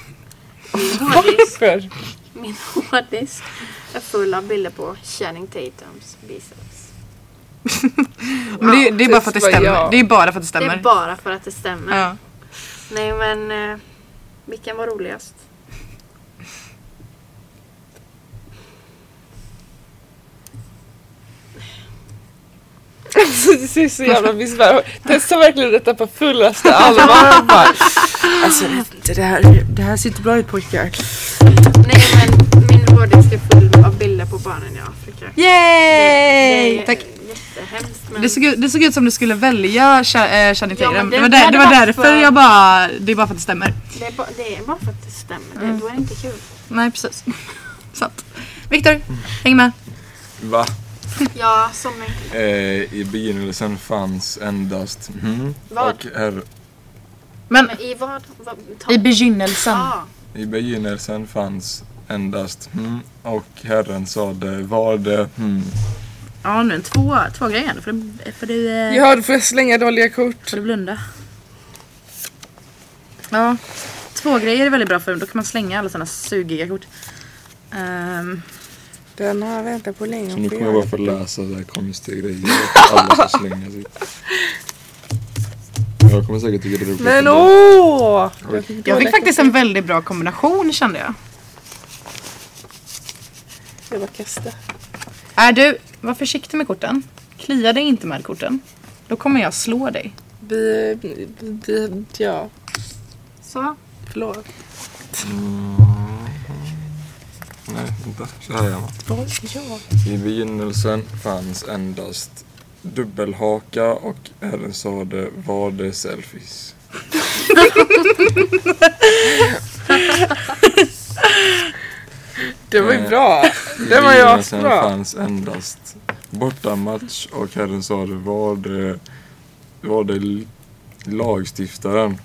Min hårddisk är full av bilder på Channing Tatums biceps. Men det är bara för att det stämmer. Det är bara för att det stämmer. Det är bara för att det stämmer. Ja. Nej, men vilken var roligast? Det ser så jävla besvär. Testa verkligen detta på fullaste allvar. Alltså det här ser inte bra ut, pojkar. Nej, men min hårddisk är full av bilder på barnen i Afrika. Yay! Det är tack. Jättehemskt, men... Det såg ut som du skulle välja Channing Tatum. men det var därför jag bara... Det är bara för att det stämmer. Det är bara för att det stämmer. Då är det inte kul. Nej, precis. Sant. Viktor, häng med. Va? Ja, som en... I begynnelsen fanns endast... Vad? Och här, Men Men i vad? i begynnelsen. I begynnelsen fanns endast... och Herren sade var det... Ja, nu två grejer. För du... Ja, då får jag slänga dåliga kort. Får du blunda. Ja, 2 grejer är väldigt bra för då kan man slänga alla sådana sugiga kort. Den har jag väntat på länge. Så nu kommer jag bara få läsa så här konstiga grejer. Alla ska slänga sig. Jag kommer säkert tycka det är roligt. Men Jag fick faktiskt en väldigt bra kombination, kände jag. Jag bara kastar. Var försiktig med korten. Klia dig inte med korten. Då kommer jag slå dig. Ja. Så. Förlåt. Nej, inte. Så här gör man. I begynnelsen fanns endast dubbelhaka och Herren sade var det selfies. Det var ju bra. Det var ju bra. Sen fanns endast bortamatch och Herren sade var det lagstiftaren.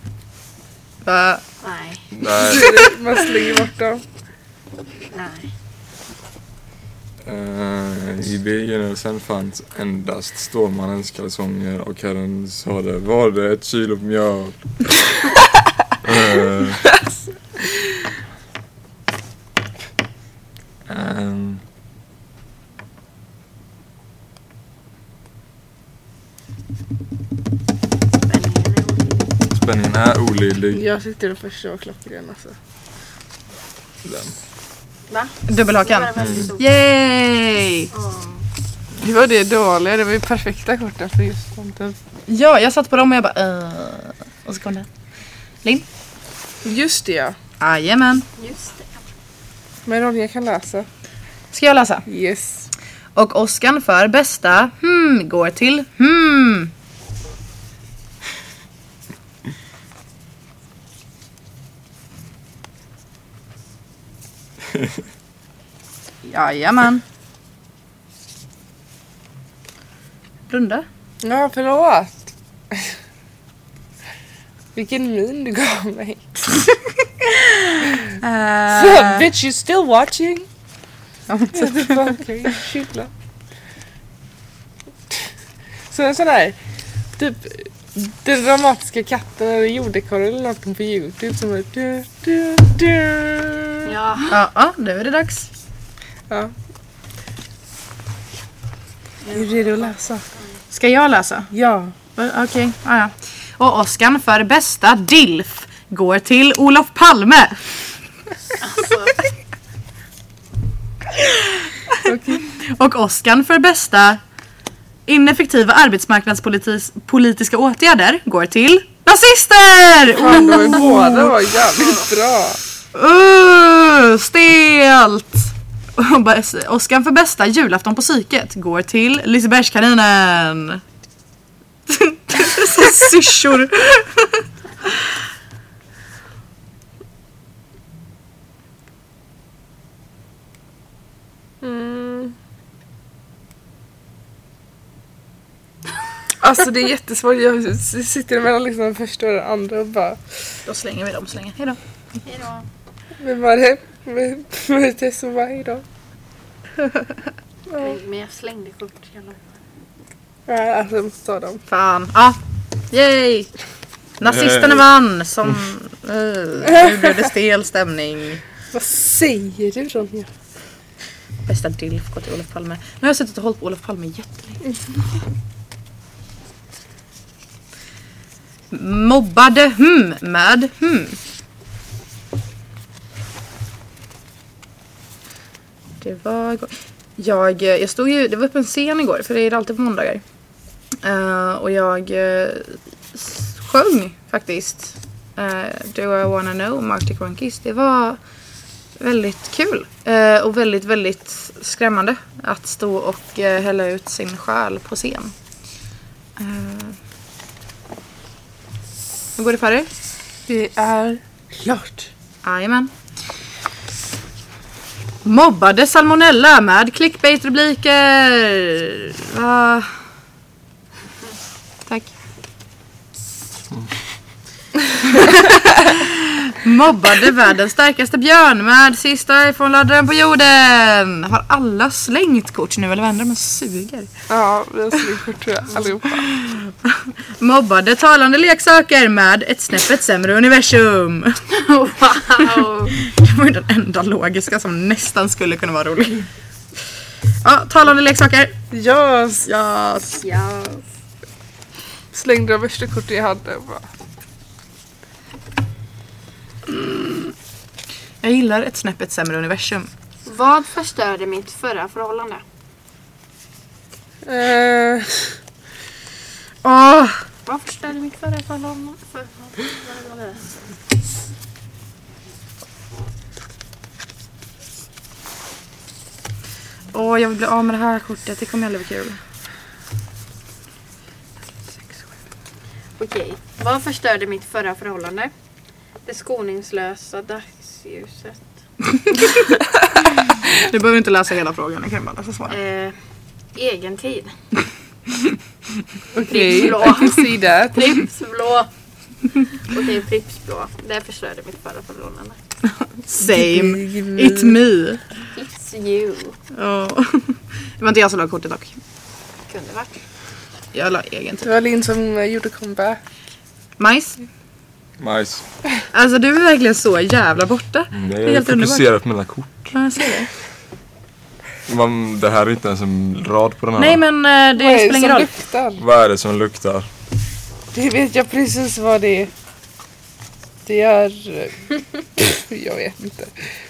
Nej. Nej. Man slänger bort dem. Nej. I begynnelsen fanns endast Stålmannens kalsonger och Herren sade var det 1 kilo mjöl. Spänningen är olidlig. Jag tyckte det första var klockren alltså. Den. Va? Dubbelhakan. Det var väldigt så. Yay! Det var det dåliga, det var ju perfekta korten för just sånt. Ja, jag satt på dem och jag bara... Och så kom det. Linn? Just det, ja. Jajamän. Just det. Men Ronja kan läsa. Ska jag läsa? Yes. Och Oscar för bästa går till Jajamän. Blunda. Ja, förlåt. Vilken min du gav mig. So, bitch, you still watching? Okej, chilla. Så en sån här typ den dramatiska katten eller jordekorren eller något på YouTube som är Ja, nu är det dags. Ja. Är du redo att läsa? Ska jag läsa? Ja. Okej, ja. Och Oscar för bästa DILF går till Olof Palme. Alltså. Okay. Och Oscar för bästa ineffektiva arbetsmarknadspolitiska åtgärder går till nazister! Fan, de båda var jävligt bra. Stelt! Oscar för bästa julafton på psyket går till Lisebergskaninen. Syrsor. Alltså det är jättesvårt. Jag sitter mellan liksom den första och den andra och bara... Då slänger vi dem. Hejdå. Hejdå. Men var det? Med det så var hejdå. Men jag slängde kort i alla fall. Ja, alltså jag måste ta dem. Fan. Ja. Yay. Nazisterna vann. Som... nu blev det stel stämning. Vad säger du, Ronja? Bästa DILF går till Olof Palme. Nu har jag suttit och hållit på Olof Palme jättelänge. Mobbade med Det var igår. Jag stod ju, det var på en scen igår, för det är alltid på måndagar. Och jag sjöng faktiskt Do I Wanna Know, Arctic Monkeys. Det var väldigt kul och väldigt, väldigt skrämmande att stå och hälla ut sin själ på scen. Hur går det för er? Det är klart. Jajamän. Mobbade salmonella med clickbait-rubriker. Tack. Mobbade världens starkaste björn med sista iPhone-laddaren på jorden. Har alla slängt kort nu eller vänder men suger? Ja, vi har slängt kort tror jag allihopa. Mobbade talande leksaker med ett snäppet sämre universum. Wow. Det var ju den enda logiska som nästan skulle kunna vara rolig. Ja, talande leksaker. Yes. Yes. Ja. Slängde de värsta korten jag hade och bara... Jag gillar ett snäppet sämre universum. Vad förstörde mitt förra förhållande? Vad förstörde mitt förra förhållande? Jag vill bli av med det här kortet. Det kommer aldrig bli kul. Okej. Vad förstörde mitt förra förhållande? Det skoningslösa dagsljuset. Du behöver inte läsa hela frågan. Jag kan bara läsa svar. Egen tid. Okej, I can see that. Pripsblå. Okej, Pripsblå. Det förstörde mitt förra förhållande. Same. It's me. It's you. Det var inte jag som la kortet dock. Kunde varit. Jag la egen tid. Det var Linn som gjorde comeback. Majs. Alltså du är verkligen så jävla borta. Jag är helt fokuserad på mina kort. Ja, jag ser det. Det här är inte ens en rad på den här. Nej, men det spelar ingen roll. Vad är det som luktar? Det vet jag precis vad det är. Det är... jag vet inte.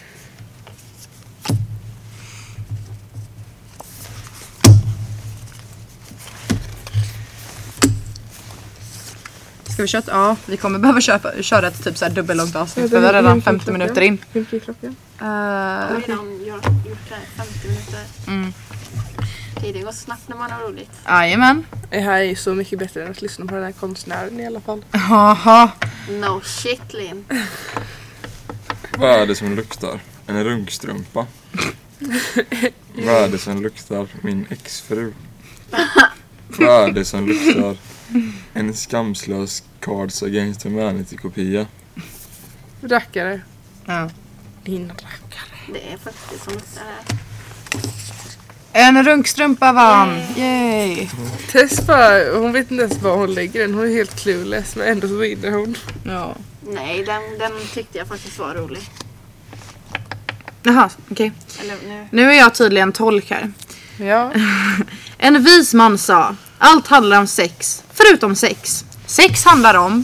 Ska vi köra? Ja, vi kommer behöva köra ett typ så här dubbellångt avsnitt. För vi är redan 50 minuter in. Jag har redan gjort det 50 minuter. Tiden går snabbt när man har roligt. Jajamän. Det här är så mycket bättre än att lyssna på den här konstnären i alla fall. Haha. No shit, Linn. Vad är det som luktar? En runkstrumpa. Vad är det som luktar min exfru? Vad är det som luktar en skamslös Cards Against Humanity-kopia? Rackare. Ja. Din rackare. Det är faktiskt som luktar här. En runkstrumpa vann. Yay. Tess bara, hon vet inte ens var hon lägger den. Hon är helt clueless, men ändå så vinner hon. Ja. Nej, den tyckte jag faktiskt var rolig. Jaha, okej. Eller Nu är jag tydligen tolk här. Ja. En vis man sa: allt handlar om sex, förutom sex. Sex handlar om...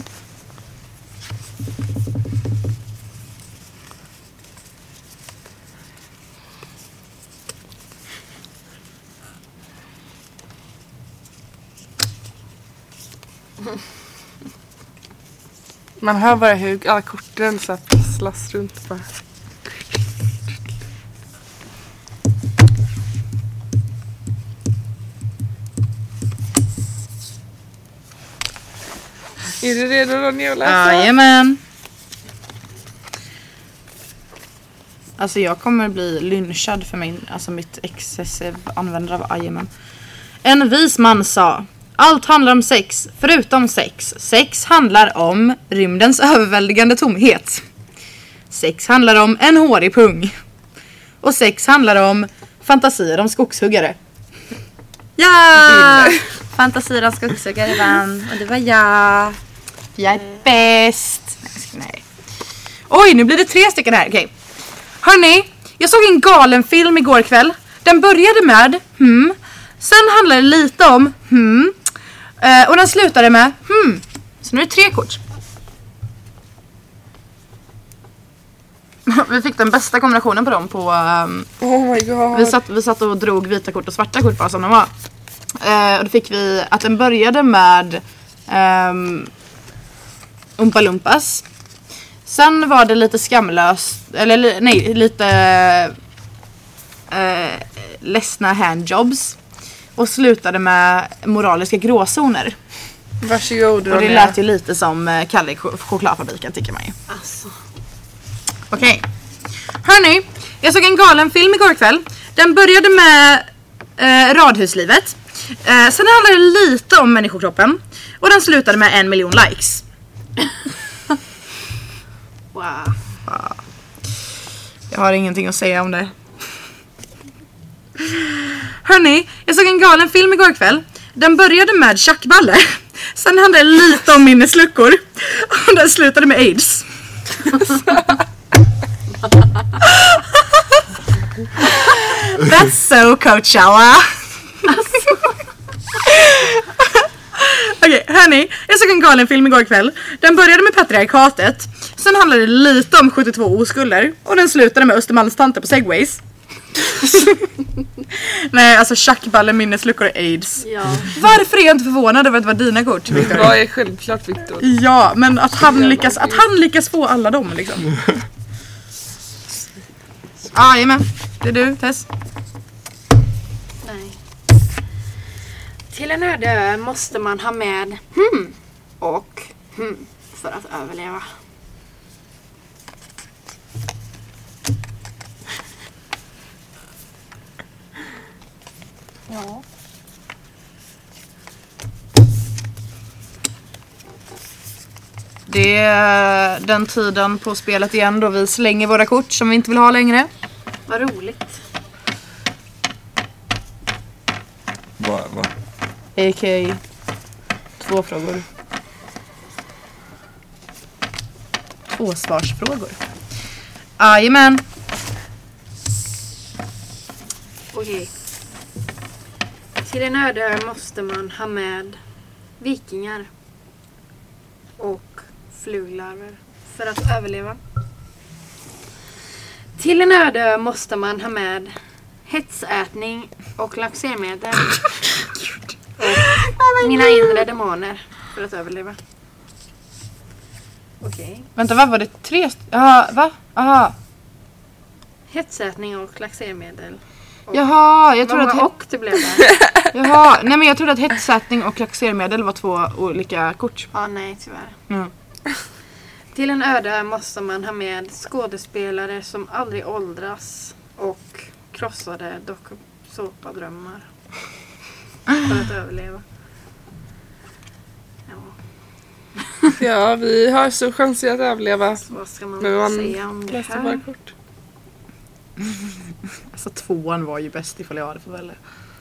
Man hör bara hur alla korten så att slåss runt bara. Är du redo då, Nia, att läsa? Jajamän. Alltså jag kommer bli lynchad för mitt excessive användare av jajamän. En vis man sa: allt handlar om sex, förutom sex. Sex handlar om rymdens överväldigande tomhet. Sex handlar om en hårig pung. Och sex handlar om fantasier om skogshuggare. Ja! Fantasier om skogshuggare vann. Och det var jag. Jag är bäst. Nej. Oj, nu blir det 3 stycken här. Okej. Hörrni, jag såg en galen film igår kväll. Den började med sen handlade det lite om och den slutade med Så nu är det 3 kort. Vi fick den bästa kombinationen på dem på Oh my god. vi satt och drog vita kort och svarta kort bara som de var. Och då fick vi att den började med Oompa Loompas. Sen var det lite skamlöst, eller nej, lite ledsna handjobs. Och slutade med moraliska gråzoner. Varsågod. Och det lät ju lite som Kalle i chokladfabriken, tycker man ju. Alltså. Okej. Hörrni, jag såg en galen film igår kväll. Den började med radhuslivet. Sen handlade det lite om människokroppen. Och den slutade med 1 miljon likes. Wow. Jag har ingenting att säga om det. Hörrni, jag såg en galen film igår kväll. Den började med tjackballe. Sen handlade det lite om minnesluckor. Och den slutade med AIDS. That's so Coachella. Okej, hörni, jag såg en galen film igår kväll. Den började med patriarkatet. Sen handlade det lite om 72 oskulder. Och den slutade med Östermalmstanter på segways. Nej, alltså tjackballe, minnesluckor och AIDS. Ja. Varför är jag inte förvånad över att det var dina kort, Victor? Vad är självklart, Victor? Ja, men att han lyckas få alla dem liksom. Jajamän, det är du, Tess. Nej. Till en öde ö måste man ha med och för att överleva. Ja. Det är den tiden på spelet igen då vi slänger våra kort som vi inte vill ha längre. Vad roligt. Va? A.k.a. 2 frågor. 2 svarsfrågor. Jajamän. Okej. Till en öde ö måste man ha med vikingar och fluglarver för att överleva. Till en öde ö måste man ha med hetsätning och laxermedel och mina inre demoner för att överleva. Okej. Vänta, vad var det? 3? Va? Aha. Hetsätning och laxermedel. Jaha, jag trodde Många att och det blev det. Jaha, nej men jag trodde att hetsätning och laxermedel var 2 olika kort. Ja, nej tyvärr. Mm. Till en öde måste man ha med skådespelare som aldrig åldras och krossade dokusåpadrömmar för att överleva. Ja, vi har så chans att överleva. Så vad ska man säga om det här? Kort. Alltså 2:an var ju bäst ifall jag hade fått välja.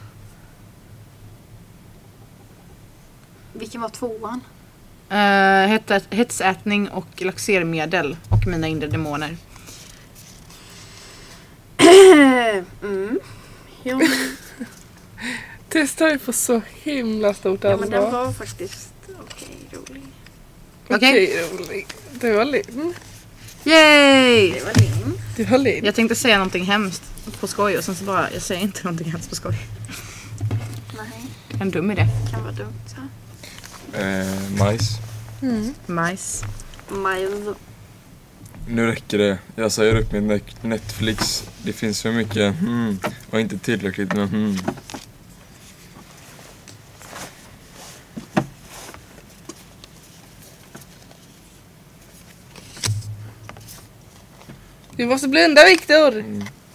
Vilken var 2:an? Hetsätning och laxermedel och mina inre demoner. Ja. Testar vi på så himla stort Ja, men den allvar. var faktiskt rolig. Okej, rolig. Det var Linn. Yay! Det var Linn. Det var Linn. Jag tänkte säga någonting hemskt på skoj och sen så bara, jag säger inte någonting hemskt på skoj. Nej, En dum idé. kan vara dumt så här. Majs. Majs. Majs. Nu räcker det. Jag säger upp min Netflix. Det finns för mycket och inte tillräckligt med Du måste blunda, Viktor.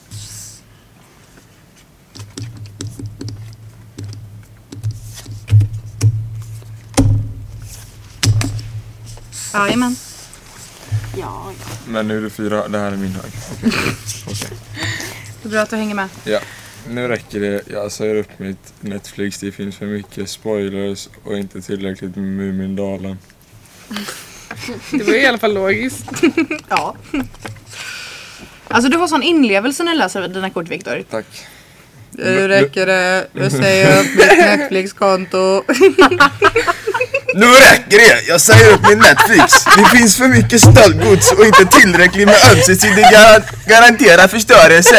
Jajamän. Ja. Men nu är det 4. Det här är min hög. Okej. Det är bra att du hänger med. Ja. Nu räcker det. Jag säger upp mitt Netflix. Det finns för mycket spoilers och inte tillräckligt med Mumindalen. Det var i alla fall logiskt. Ja. Alltså du har sån inlevelse när du läser dina kort, Viktor. Tack. Nu räcker det. Jag säger upp mitt Netflix-konto. Nu räcker det! Jag säger upp min Netflix. Det finns för mycket stöldgods och inte tillräckligt med ömsesidig garanterad förstörelse.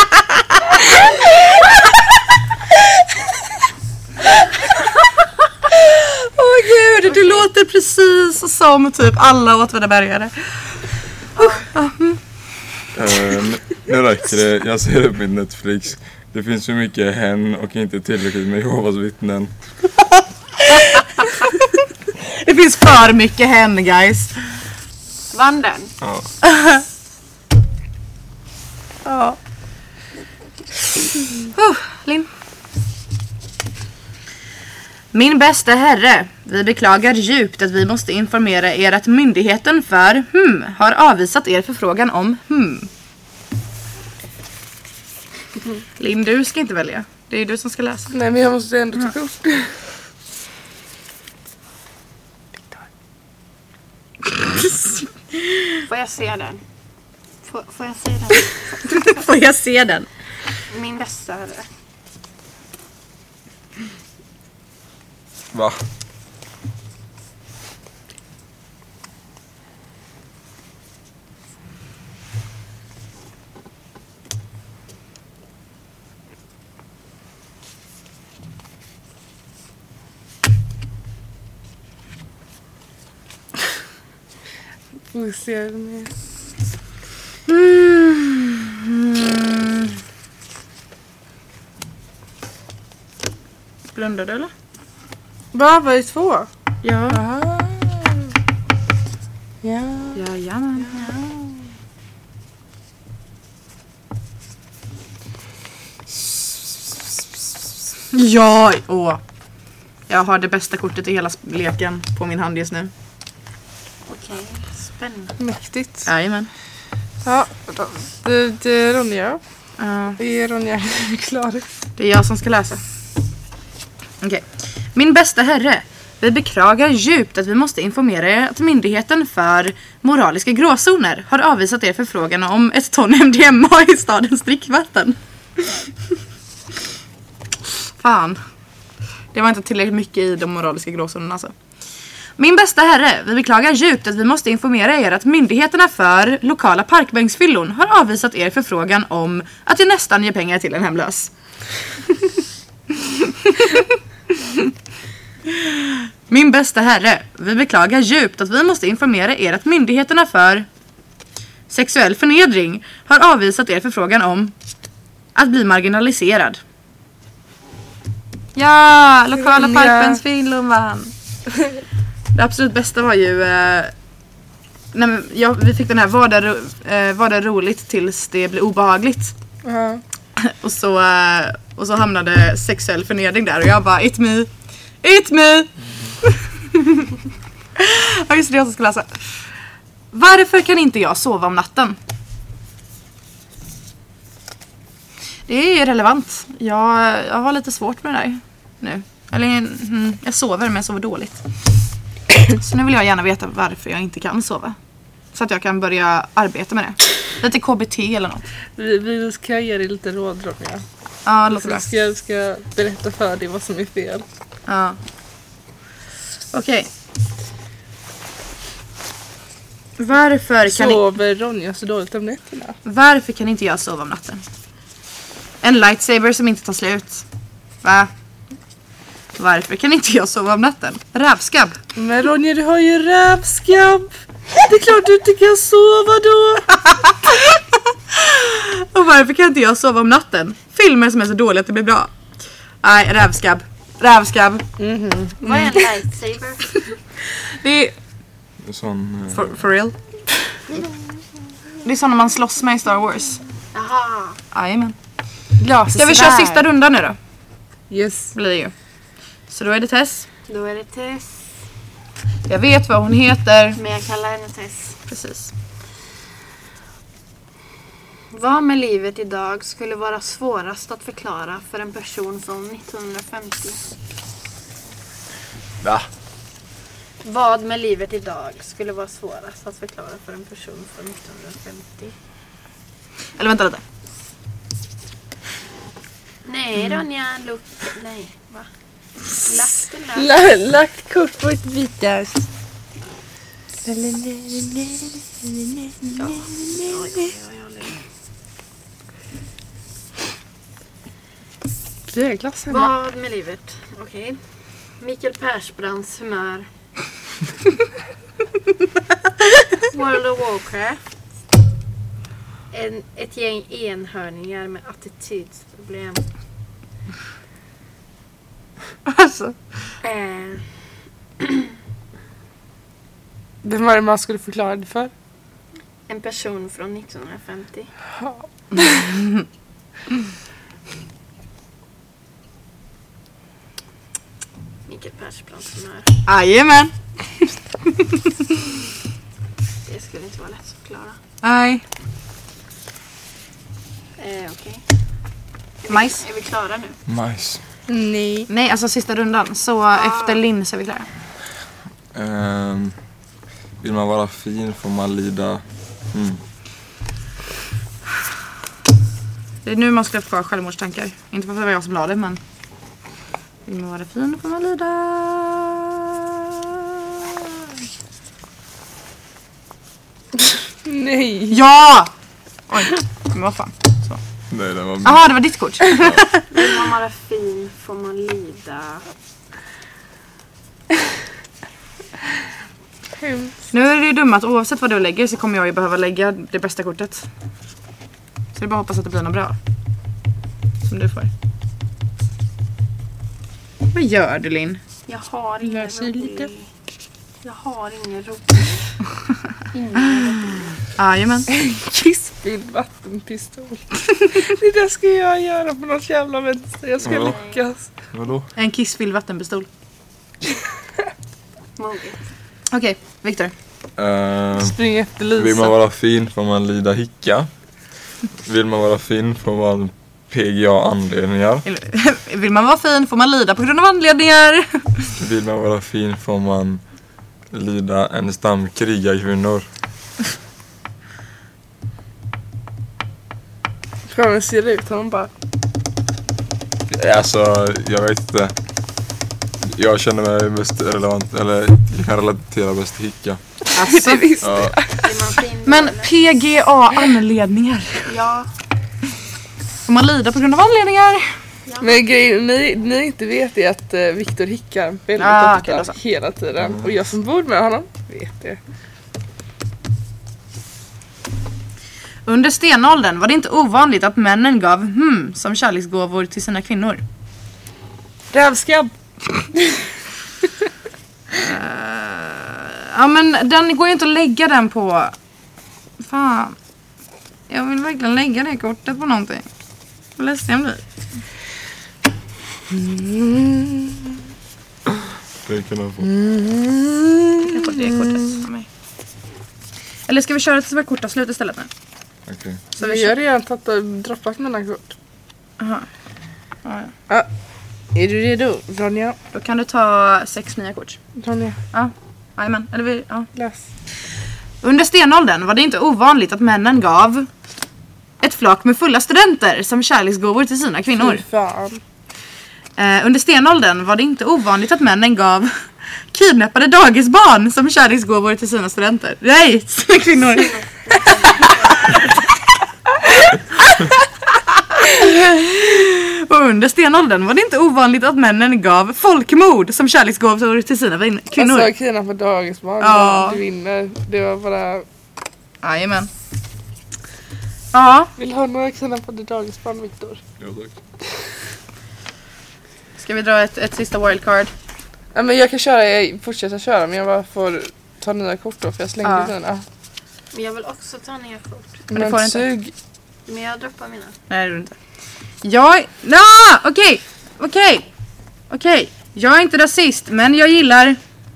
Åh gud, du låter precis som typ alla återvändarbergare. Nu räcker det. Jag säger upp min Netflix. Det finns för mycket hen och inte tillräckligt med Jehovas vittnen. Det finns för mycket hen, guys. Vann den? Ja. Ja. Linn. Min bästa herre, vi beklagar djupt att vi måste informera er att myndigheten för har avvisat er förfrågan om Linn, du ska inte välja. Det är du som ska läsa. Nej, men jag måste ändå ta kort. Får jag se den? Får jag se den? Får jag se den? Min bästa herre. Va? Får vi se den. Blundar du eller? Va? Var det 2? Ja. Aha. Ja. Jajamän. Ja. Jag har det bästa kortet i hela leken på min hand just nu. Okej, spännande. Mäktigt. Jajamän. Ja, det är Ronja. Ja. Det är Ronja klar. Det är jag som ska läsa. Okej. Min bästa herre, vi beklagar djupt att vi måste informera er att myndigheten för moraliska gråzoner har avvisat er förfrågan om 1 ton MDMA i stadens drickvatten. Fan. Det var inte tillräckligt mycket i de moraliska gråzonerna alltså. Min bästa herre, vi beklagar djupt att vi måste informera er att myndigheterna för lokala parkbänksfyllon har avvisat er förfrågan om att jag nästan ger pengar till en hemlös. Min bästa herre, vi beklagar djupt att vi måste informera er att myndigheterna för sexuell förnedring har avvisat er förfrågan om att bli marginaliserad. Ja, lokala parkbänksfyllon vann. Det absolut bästa var ju nej, men vi fick den här var det roligt tills det blev obehagligt. Och så hamnade sexuell förnedring där och jag bara It me. Ja, just det, jag som ska läsa. Varför kan inte jag sova om natten? Det är relevant. Jag har lite svårt med det där nu. Eller jag sover men jag sover dåligt. Så nu vill jag gärna veta varför jag inte kan sova. Så att jag kan börja arbeta med det. Lite KBT eller något. Vi ska ge dig lite råd, Ronja. Ja, låt oss. Jag ska berätta för dig vad som är fel. Ja. Okej. Sover Ronja så dåligt om nätterna? Varför kan inte jag sova om natten? En lightsaber som inte tar slut. Va? Varför kan inte jag sova om natten? Rävskabb. Men Ronja, du har ju rävskabb. Det är klart du inte kan sova då. Och varför kan inte jag sova om natten? Filmer som är så dåliga att det blir bra. Nej, rävskabb. Vad är en lightsaber? Det är sån... for real. Det är såna man slåss med i Star Wars. Jaha. Jajamän. Ska vi köra sista rundan nu då? Yes. Blir det ju. Så då är det Tess. Då är det Tess. Jag vet vad hon heter. Men jag kallar henne Tess. Precis. Vad med livet idag skulle vara svårast att förklara för en person från 1950? Va? Vad med livet idag skulle vara svårast att förklara för en person från 1950? Eller vänta lite. Nej, Ronja, nej, va? Lagt kort på ett vitas. Det är glassen. Vad med livet? Okej. Mikael Persbrandts humör. World of Warcraft. Ett gäng enhörningar med attitydsproblem. Alltså. Vem var det man skulle förklara det för? En person från 1950. Ja. Mikael Persbrandts humör. Jajamän. Det skulle inte vara lätt att förklara. Nej. Okej. Majs. Är vi klara nu? Majs. Nej, alltså sista rundan. Så efter Linn så är vi klara. Vill man vara fin får man lida. Det är nu man ska få självmordstankar. Inte för att det var jag som la det, men vill man vara fin får man lida. Nej. Ja! Oj, men vad fan. Så. Nej, det var... Jaha, det var ditt kort. Vill man vara fin får man lida. Nu är det ju dumt att oavsett vad du lägger så kommer jag ju behöva lägga det bästa kortet. Så det är bara att hoppas att det blir något bra. Som du får. Vad gör du, Linn? Jag har ingen lite. rolig. Jag har ingen rolig. Jajamän. Kissfylld vattenpistol. Det där ska jag göra på något jävla vänster. Jag ska lyckas. Vadå? En kissfylld vattenpistol. Moget. Okej, Viktor. Spring efter Lisa. Vill man vara fin får man lida hicka. Vill man vara fin får man PGA-anledningar. Vill man vara fin får man lida på grund av anledningar. Vill man vara fin får man lida en stam krigarkvinnor. Hur ser det ut? Han bara... Alltså, jag vet inte. Jag känner mig mest relevant, eller jag kan relatera bäst till hicka. Alltså, Ja. men PGA-anledningar. Ja. Får man lida på grund av anledningar? Ja. Men grejen ni inte vet är att Viktor hickar väldigt ofta okej, hela tiden. Och jag som bor med honom vet det. Under stenåldern var det inte ovanligt att männen gav som kärleksgåvor till sina kvinnor. Rävskabb. Ja, men den går ju inte att lägga den på. Fan. Jag vill verkligen lägga det kortet på någonting. Vad ledsen jag blir. Det kan jag få. Jag får det kortet av mig. Eller ska vi köra tills våra kort tar slut istället nu? Okej. Så vi har redan droppat mina kort. Aha. Ja. Är du redo, Ronja? Då kan du ta 6 nya kort. Ronja. Ja. Jajamän. Eller vi, ja. Läs. Under stenåldern var det inte ovanligt att männen gav ett flak med fulla studenter som kärleksgåvor till sina kvinnor. Fy fan. Under stenåldern var det inte ovanligt att männen gav kidnappade dagisbarn som kärleksgåvor till sina studenter. Nej, sina kvinnor. Och under stenåldern var det inte ovanligt att männen gav folkmord som kärleksgåvor till sina kvinnor. Alltså kidnappa dagisbarn. Ja. Du vinner. Det var bara... Jajamän. Ja. Vill du ha några kidnappade dagisbarn, Viktor? Ja, tack. Ska vi dra ett sista wildcard? Ja, men jag kan fortsätta köra, men jag bara får ta nya kort då, för jag slängde dina. Men jag vill också ta ner kort. Men det får inte. Men jag droppar mina. Nej, det är inte. Okej. Jag är inte rasist, men jag gillar...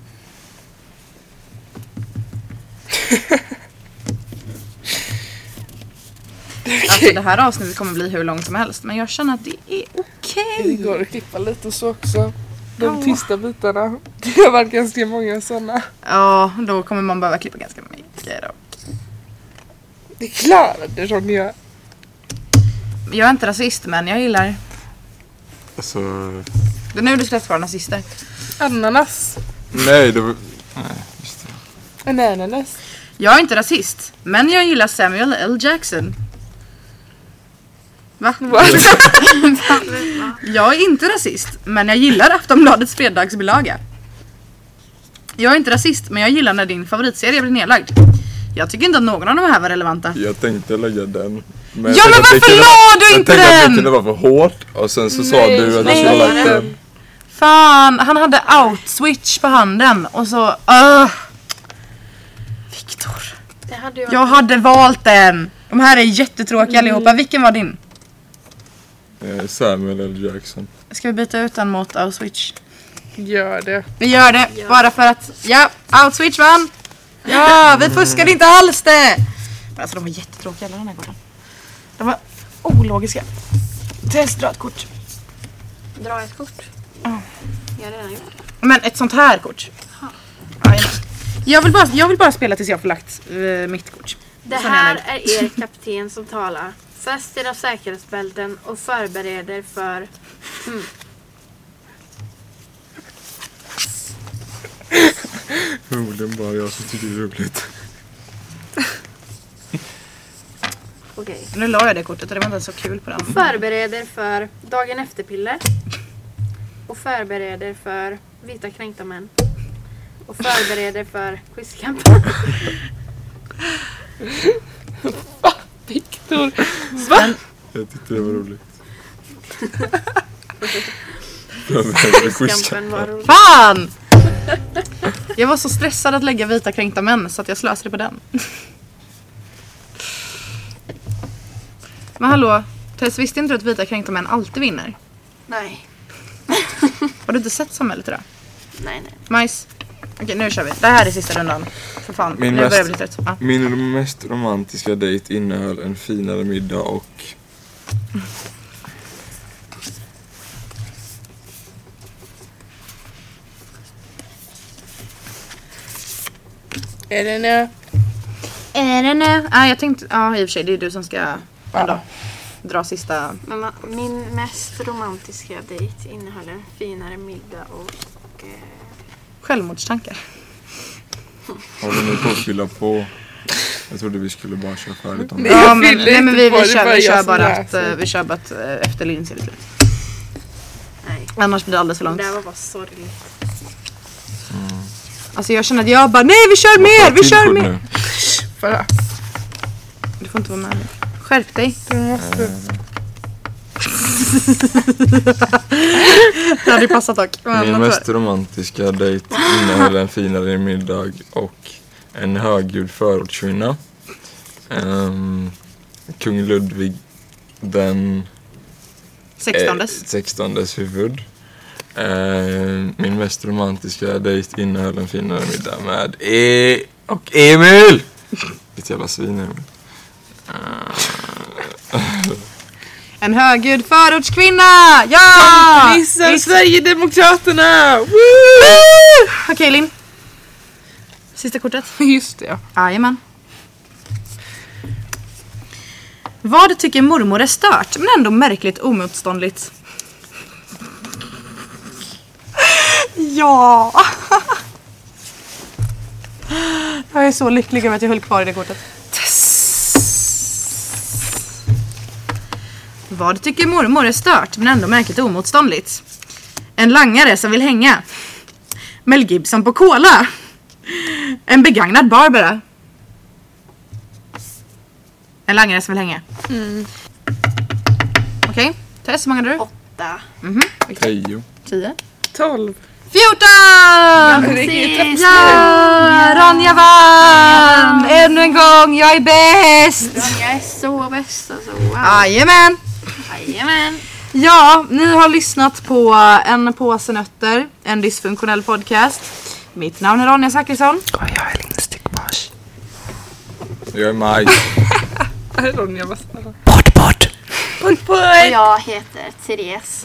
Alltså det här avsnittet kommer bli hur långt som helst, men jag känner att det är okej. Det går att klippa lite så också. De tysta bitarna. Det har varit ganska många sådana. Ja, då kommer man behöva klippa ganska mycket då. Det klarar det, Ronja. Jag är inte rasist, men jag gillar... Alltså... Det är nu du ska svara nazister. Ananas. Nej, Nej, just det. En ananas. Jag är inte rasist, men jag gillar Samuel L. Jackson. Va? Jag är inte rasist, men jag gillar Aftonbladets fredagsbilaga. Jag är inte rasist, men jag gillar när din favoritserie blir nedlagd. Jag tycker inte att någon av de här var relevanta. Jag tänkte lägga den. Men varför la du inte den? Jag tänkte att det kunde vara för hårt. Och sen så sa du att jag skulle ha lagt den. Fan, han hade out-switch på handen. Och så... Viktor. Jag hade valt den. De här är jättetråkiga allihopa. Vilken var din? Samuel L. Jackson. Ska vi byta ut den mot out-switch? Gör det. Vi gör det. Bara för att... Ja, out-switch vann. Ja, vi fuskade inte alls det. Men alltså de var jättetråkiga alla den här korten. De var ologiska. Dra ett kort. Dra ett kort? Ja. Jag har redan gjort det. Men ett sånt här kort. Jag vill bara spela tills jag får lagt mitt kort. Det här är er kapten som talar. Fäst era säkerhetsbälten och förbereder för... Förmodligen bara jag som tycker det är roligt. Okej. Nu la jag det kortet och det var inte så kul på den. Förbereder för dagen efter-piller. Och förbereder för vita kränkta män. Och förbereder för quizkampen. Va? Viktor? Va? Jag tyckte det var roligt. Quizkampen var roligt. Fan! Jag var så stressad att lägga vita kränkta män så att jag slösade på den. Men hallå, Tess, visste inte du att vita kränkta män alltid vinner? Nej. Har du inte sett samhället idag? Nej. Majs. Okej, nu kör vi. Det här är sista rundan. För fan, nu börjar jag bli trött. Min mest romantiska dejt innehöll en finare middag och... Är det nu? Nej, jag tänkte... Ja, i och för sig, det är du som ska ändå dra sista... Men min mest romantiska dejt innehöll en finare middag och... Självmordstankar. Har du nu på att fylla på? Jag trodde vi skulle bara köra färdigt om det. Ja, men vi kör bara att efter Linn ser det slut. Nej. Annars blir det alldeles för långt. Det där var bara sorgligt. Alltså jag känner att jag bara, nej vi kör mer, vi kör mer. Du får inte vara med. Skärp dig. Det hade passat dock. Min mest romantiska dejt innehöll en finare middag och en högljudd förortskvinna. Kung Ludvig den 16:s huvud. Min mest romantiska dejt innehöll en finare middag med och Emil. Ett jävla svin, Emil. En högljudd förortskvinna! Ja! Kompromissen, Sverigedemokraterna! Okej, Linn. Sista kortet. Just det, ja. Jajamän. Vad tycker mormor är stört, men ändå märkligt omotståndligt? Ja! Jag är så lycklig över att jag höll kvar i det kortet. Vad tycker mormor är stört, men ändå märkligt omotståndligt? En langare som vill hänga. Mel Gibson på cola. En begagnad Barbara. En langare som vill hänga. Okej, Tess, hur många är du? 8. 10. 12. 14! Ja, Ronja vann! Ännu en gång, jag är bäst! Jag är så bäst alltså. Wow. Jajamän! Jajamän. Ja, ni har lyssnat på En påse nötter, en dysfunktionell podcast. Mitt namn är Ronja Zachrisson. Och jag är Linn Styckmars. Jag är Maj. Ronja, vad Bort! Och jag heter Therese.